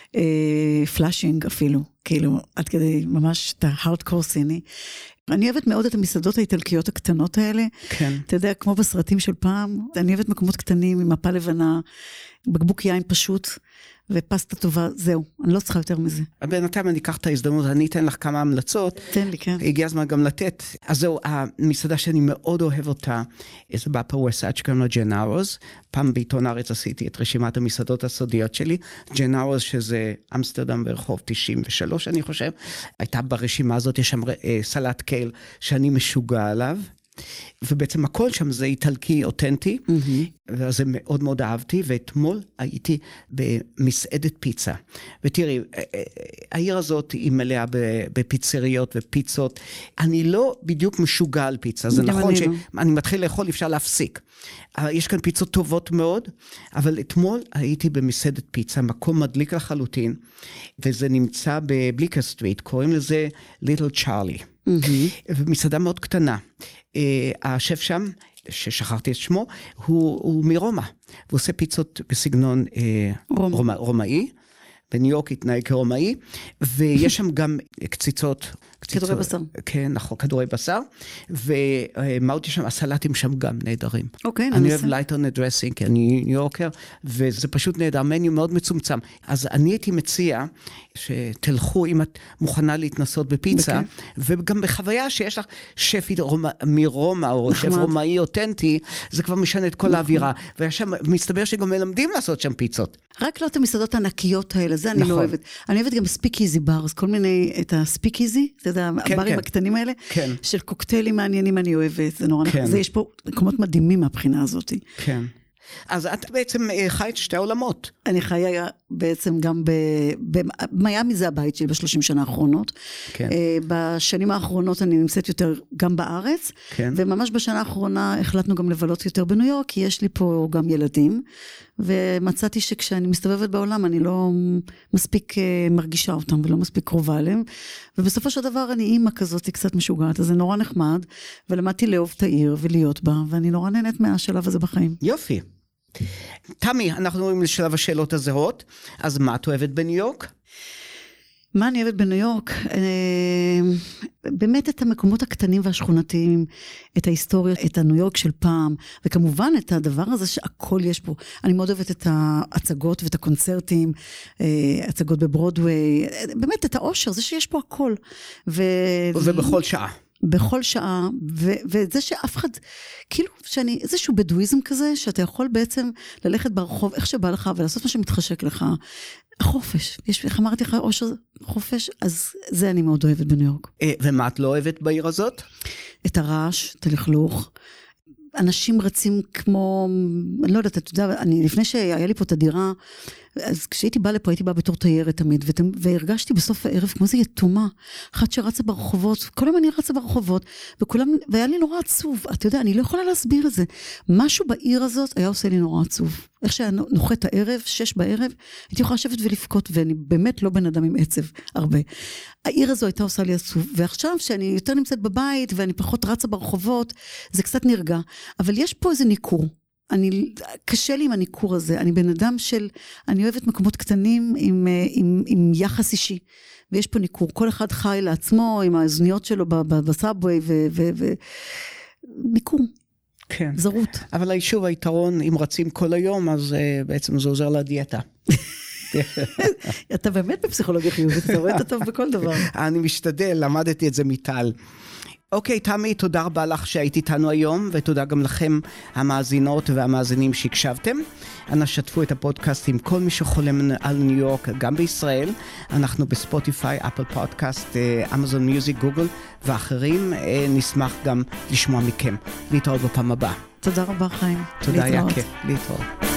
Speaker 4: אה, פלאשינג אפילו, כאילו, עד כדי ממש את ההארדקור סיני. אני אוהבת מאוד את המסעדות האיטלקיות הקטנות האלה.
Speaker 1: כן.
Speaker 4: אתה יודע, כמו בסרטים של פעם, אני אוהבת מקומות קטנים עם מפה לבנה, בקבוק יין פשוט, ופסטה טובה, זהו, אני לא צריכה יותר מזה.
Speaker 1: בינתיים אני אקח את ההזדמנות, אני אתן לך כמה המלצות.
Speaker 4: תן לי, כן.
Speaker 1: הגיע הזמן גם לתת. אז זהו, המסעדה שאני מאוד אוהב אותה, זה בפווסט שקוראים לה ג'נארוס. פעם בעיתון הארץ עשיתי את רשימת המסעדות הסודיות שלי. ג'נארוס, שזה אמסטרדם ברחוב תשעים ושלוש, אני חושב. הייתה ברשימה הזאת, יש שם סלט קייל שאני משוגע עליו. ובעצם הכל שם זה איטלקי אותנטי, וזה מאוד מאוד אהבתי, ואתמול הייתי במסעדת פיצה. ותראי, העיר הזאת היא מלאה בפיצריות ופיצות. אני לא בדיוק משוגע על פיצה, זה נכון שאני מתחיל לאכול, אפשר להפסיק. יש כאן פיצות טובות מאוד, אבל אתמול הייתי במסעדת פיצה, מקום מדליק לחלוטין, וזה נמצא בבליקר סטריט, קוראים לזה ליטל צ'ארלי. ומסעדה מאוד קטנה. השף שם, ששכחתי את שמו, הוא, הוא מרומא. הוא עושה פיצות בסגנון רומא, רומאי. בניו יורק התנהג כרומאי, ויש שם גם קציצות.
Speaker 4: כדורי בשר.
Speaker 1: כן, נכון, כדורי בשר. ומה עוד יש שם? הסלטים שם גם נהדרים.
Speaker 4: אוקיי,
Speaker 1: אני אוהב לייטרנט דרסינג, כי אני ניו יורקר, וזה פשוט נהדר, מניו מאוד מצומצם. אז אני הייתי מציע שתלכו, אם את מוכנה להתנסות בפיצה, וגם בחוויה שיש לך שף מרומא, או שף רומאי אותנטי, זה כבר משנה את כל האווירה. ומסתבר שגם מלמדים לעשות שם פיצות.
Speaker 4: רק לא את המסעדות הענקיות האלה, זה אני לא אוהבת. אני אוהבת גם ספיק-איזי ברס, כל מיני, את הספיק-איזי, זה יודע, הברים הקטנים האלה, של קוקטיילים מעניינים אני אוהבת, זה נורא נכון. זה יש פה מקומות מדהימים מהבחינה הזאת.
Speaker 1: כן. אז את בעצם חיית שתי עולמות.
Speaker 4: אני חיה בעצם גם במיימי, זה הבית שלי בשלושים שנה האחרונות. כן. בשנים האחרונות אני נמצאת יותר גם בארץ, כן. וממש בשנה האחרונה החלטנו גם לבלות יותר בניו יורק, כי יש לי פה גם ילדים, ומצאתי שכשאני מסתובבת בעולם אני לא מספיק מרגישה אותם ולא מספיק קרובה עליהם, ובסופו של דבר אני אימא כזאת קצת משוגעת, אז זה נורא נחמד, ולמדתי לאהוב את העיר ולהיות בה, ואני נורא נהנית מהשלב הזה בחיים.
Speaker 1: יופי. תמי, אנחנו רואים לשלב השאלות הזהות, אז מה את אוהבת בניו יורק?
Speaker 4: מה אני אוהבת בניו יורק? באמת את המקומות הקטנים והשכונתיים, את ההיסטוריה, את הניו יורק של פעם, וכמובן את הדבר הזה שהכל יש פה. אני מאוד אוהבת את ההצגות ואת הקונצרטים, הצגות בברודווי, באמת את האושר, זה שיש פה הכל.
Speaker 1: ובכל שעה.
Speaker 4: בכל שעה, ו- וזה שאף אחד, כאילו, שאני, איזשהו בדואיזם כזה, שאתה יכול בעצם ללכת ברחוב, איך שבא לך, ולעשות מה שמתחשק לך, החופש, יש, איך אמרתי לך, אושר, חופש, אז זה אני מאוד אוהבת בניו יורק.
Speaker 1: ומה את לא אוהבת בעיר הזאת?
Speaker 4: את הרעש, את הלכלוך, אנשים רצים כמו, אני לא יודעת, אתה יודע, אני, לפני שהיה לי פה את הדירה, אז כשהייתי באה לפה, הייתי באה בתור תיירת תמיד, והרגשתי בסוף הערב כמו זה יתומה, אחת שרצה ברחובות, כל יום אני רצה ברחובות, וכולם, והיה לי נורא עצוב, אתה יודע, אני לא יכולה להסביר את זה, משהו בעיר הזאת היה עושה לי נורא עצוב, איך שהיה נוחת הערב, שש בערב, הייתי יכולה לשבת ולפקוט, ואני באמת לא בן אדם עם עצב הרבה, העיר הזו הייתה עושה לי עצוב, ועכשיו שאני יותר נמצאת בבית, ואני פחות רצה ברחובות, זה קצת נרגע, אבל יש פה איזה ניכור, אני, קשה לי עם הניכור הזה, אני בן אדם של, אני אוהבת מקומות קטנים עם, עם, עם יחס אישי, ויש פה ניכור, כל אחד חי לעצמו, עם האזניות שלו בסאבווי, ו, ו, ו, ניכור,
Speaker 1: כן.
Speaker 4: זרות.
Speaker 1: אבל היישוב היתרון, אם רצים כל היום, אז uh, בעצם זה עוזר לדיאטה.
Speaker 4: אתה באמת בפסיכולוגיה חיובית, אתה רואה את טוב בכל דבר.
Speaker 1: אני משתדל, למדתי את זה מטל. אוקיי, תמי, תודה רבה לך שהיית איתנו היום, ותודה גם לכם המאזינות והמאזינים שהקשבתם. אנא שתפו את הפודקאסט עם כל מי שחולם על ניו יורק, גם בישראל. אנחנו בספוטיפיי, אפל פודקאסט, אמזון מיוזיק, גוגל ואחרים. נשמח גם לשמוע מכם. להתראות בפעם הבאה.
Speaker 4: תודה רבה, חיים.
Speaker 1: תודה, היה כיף. להתראות.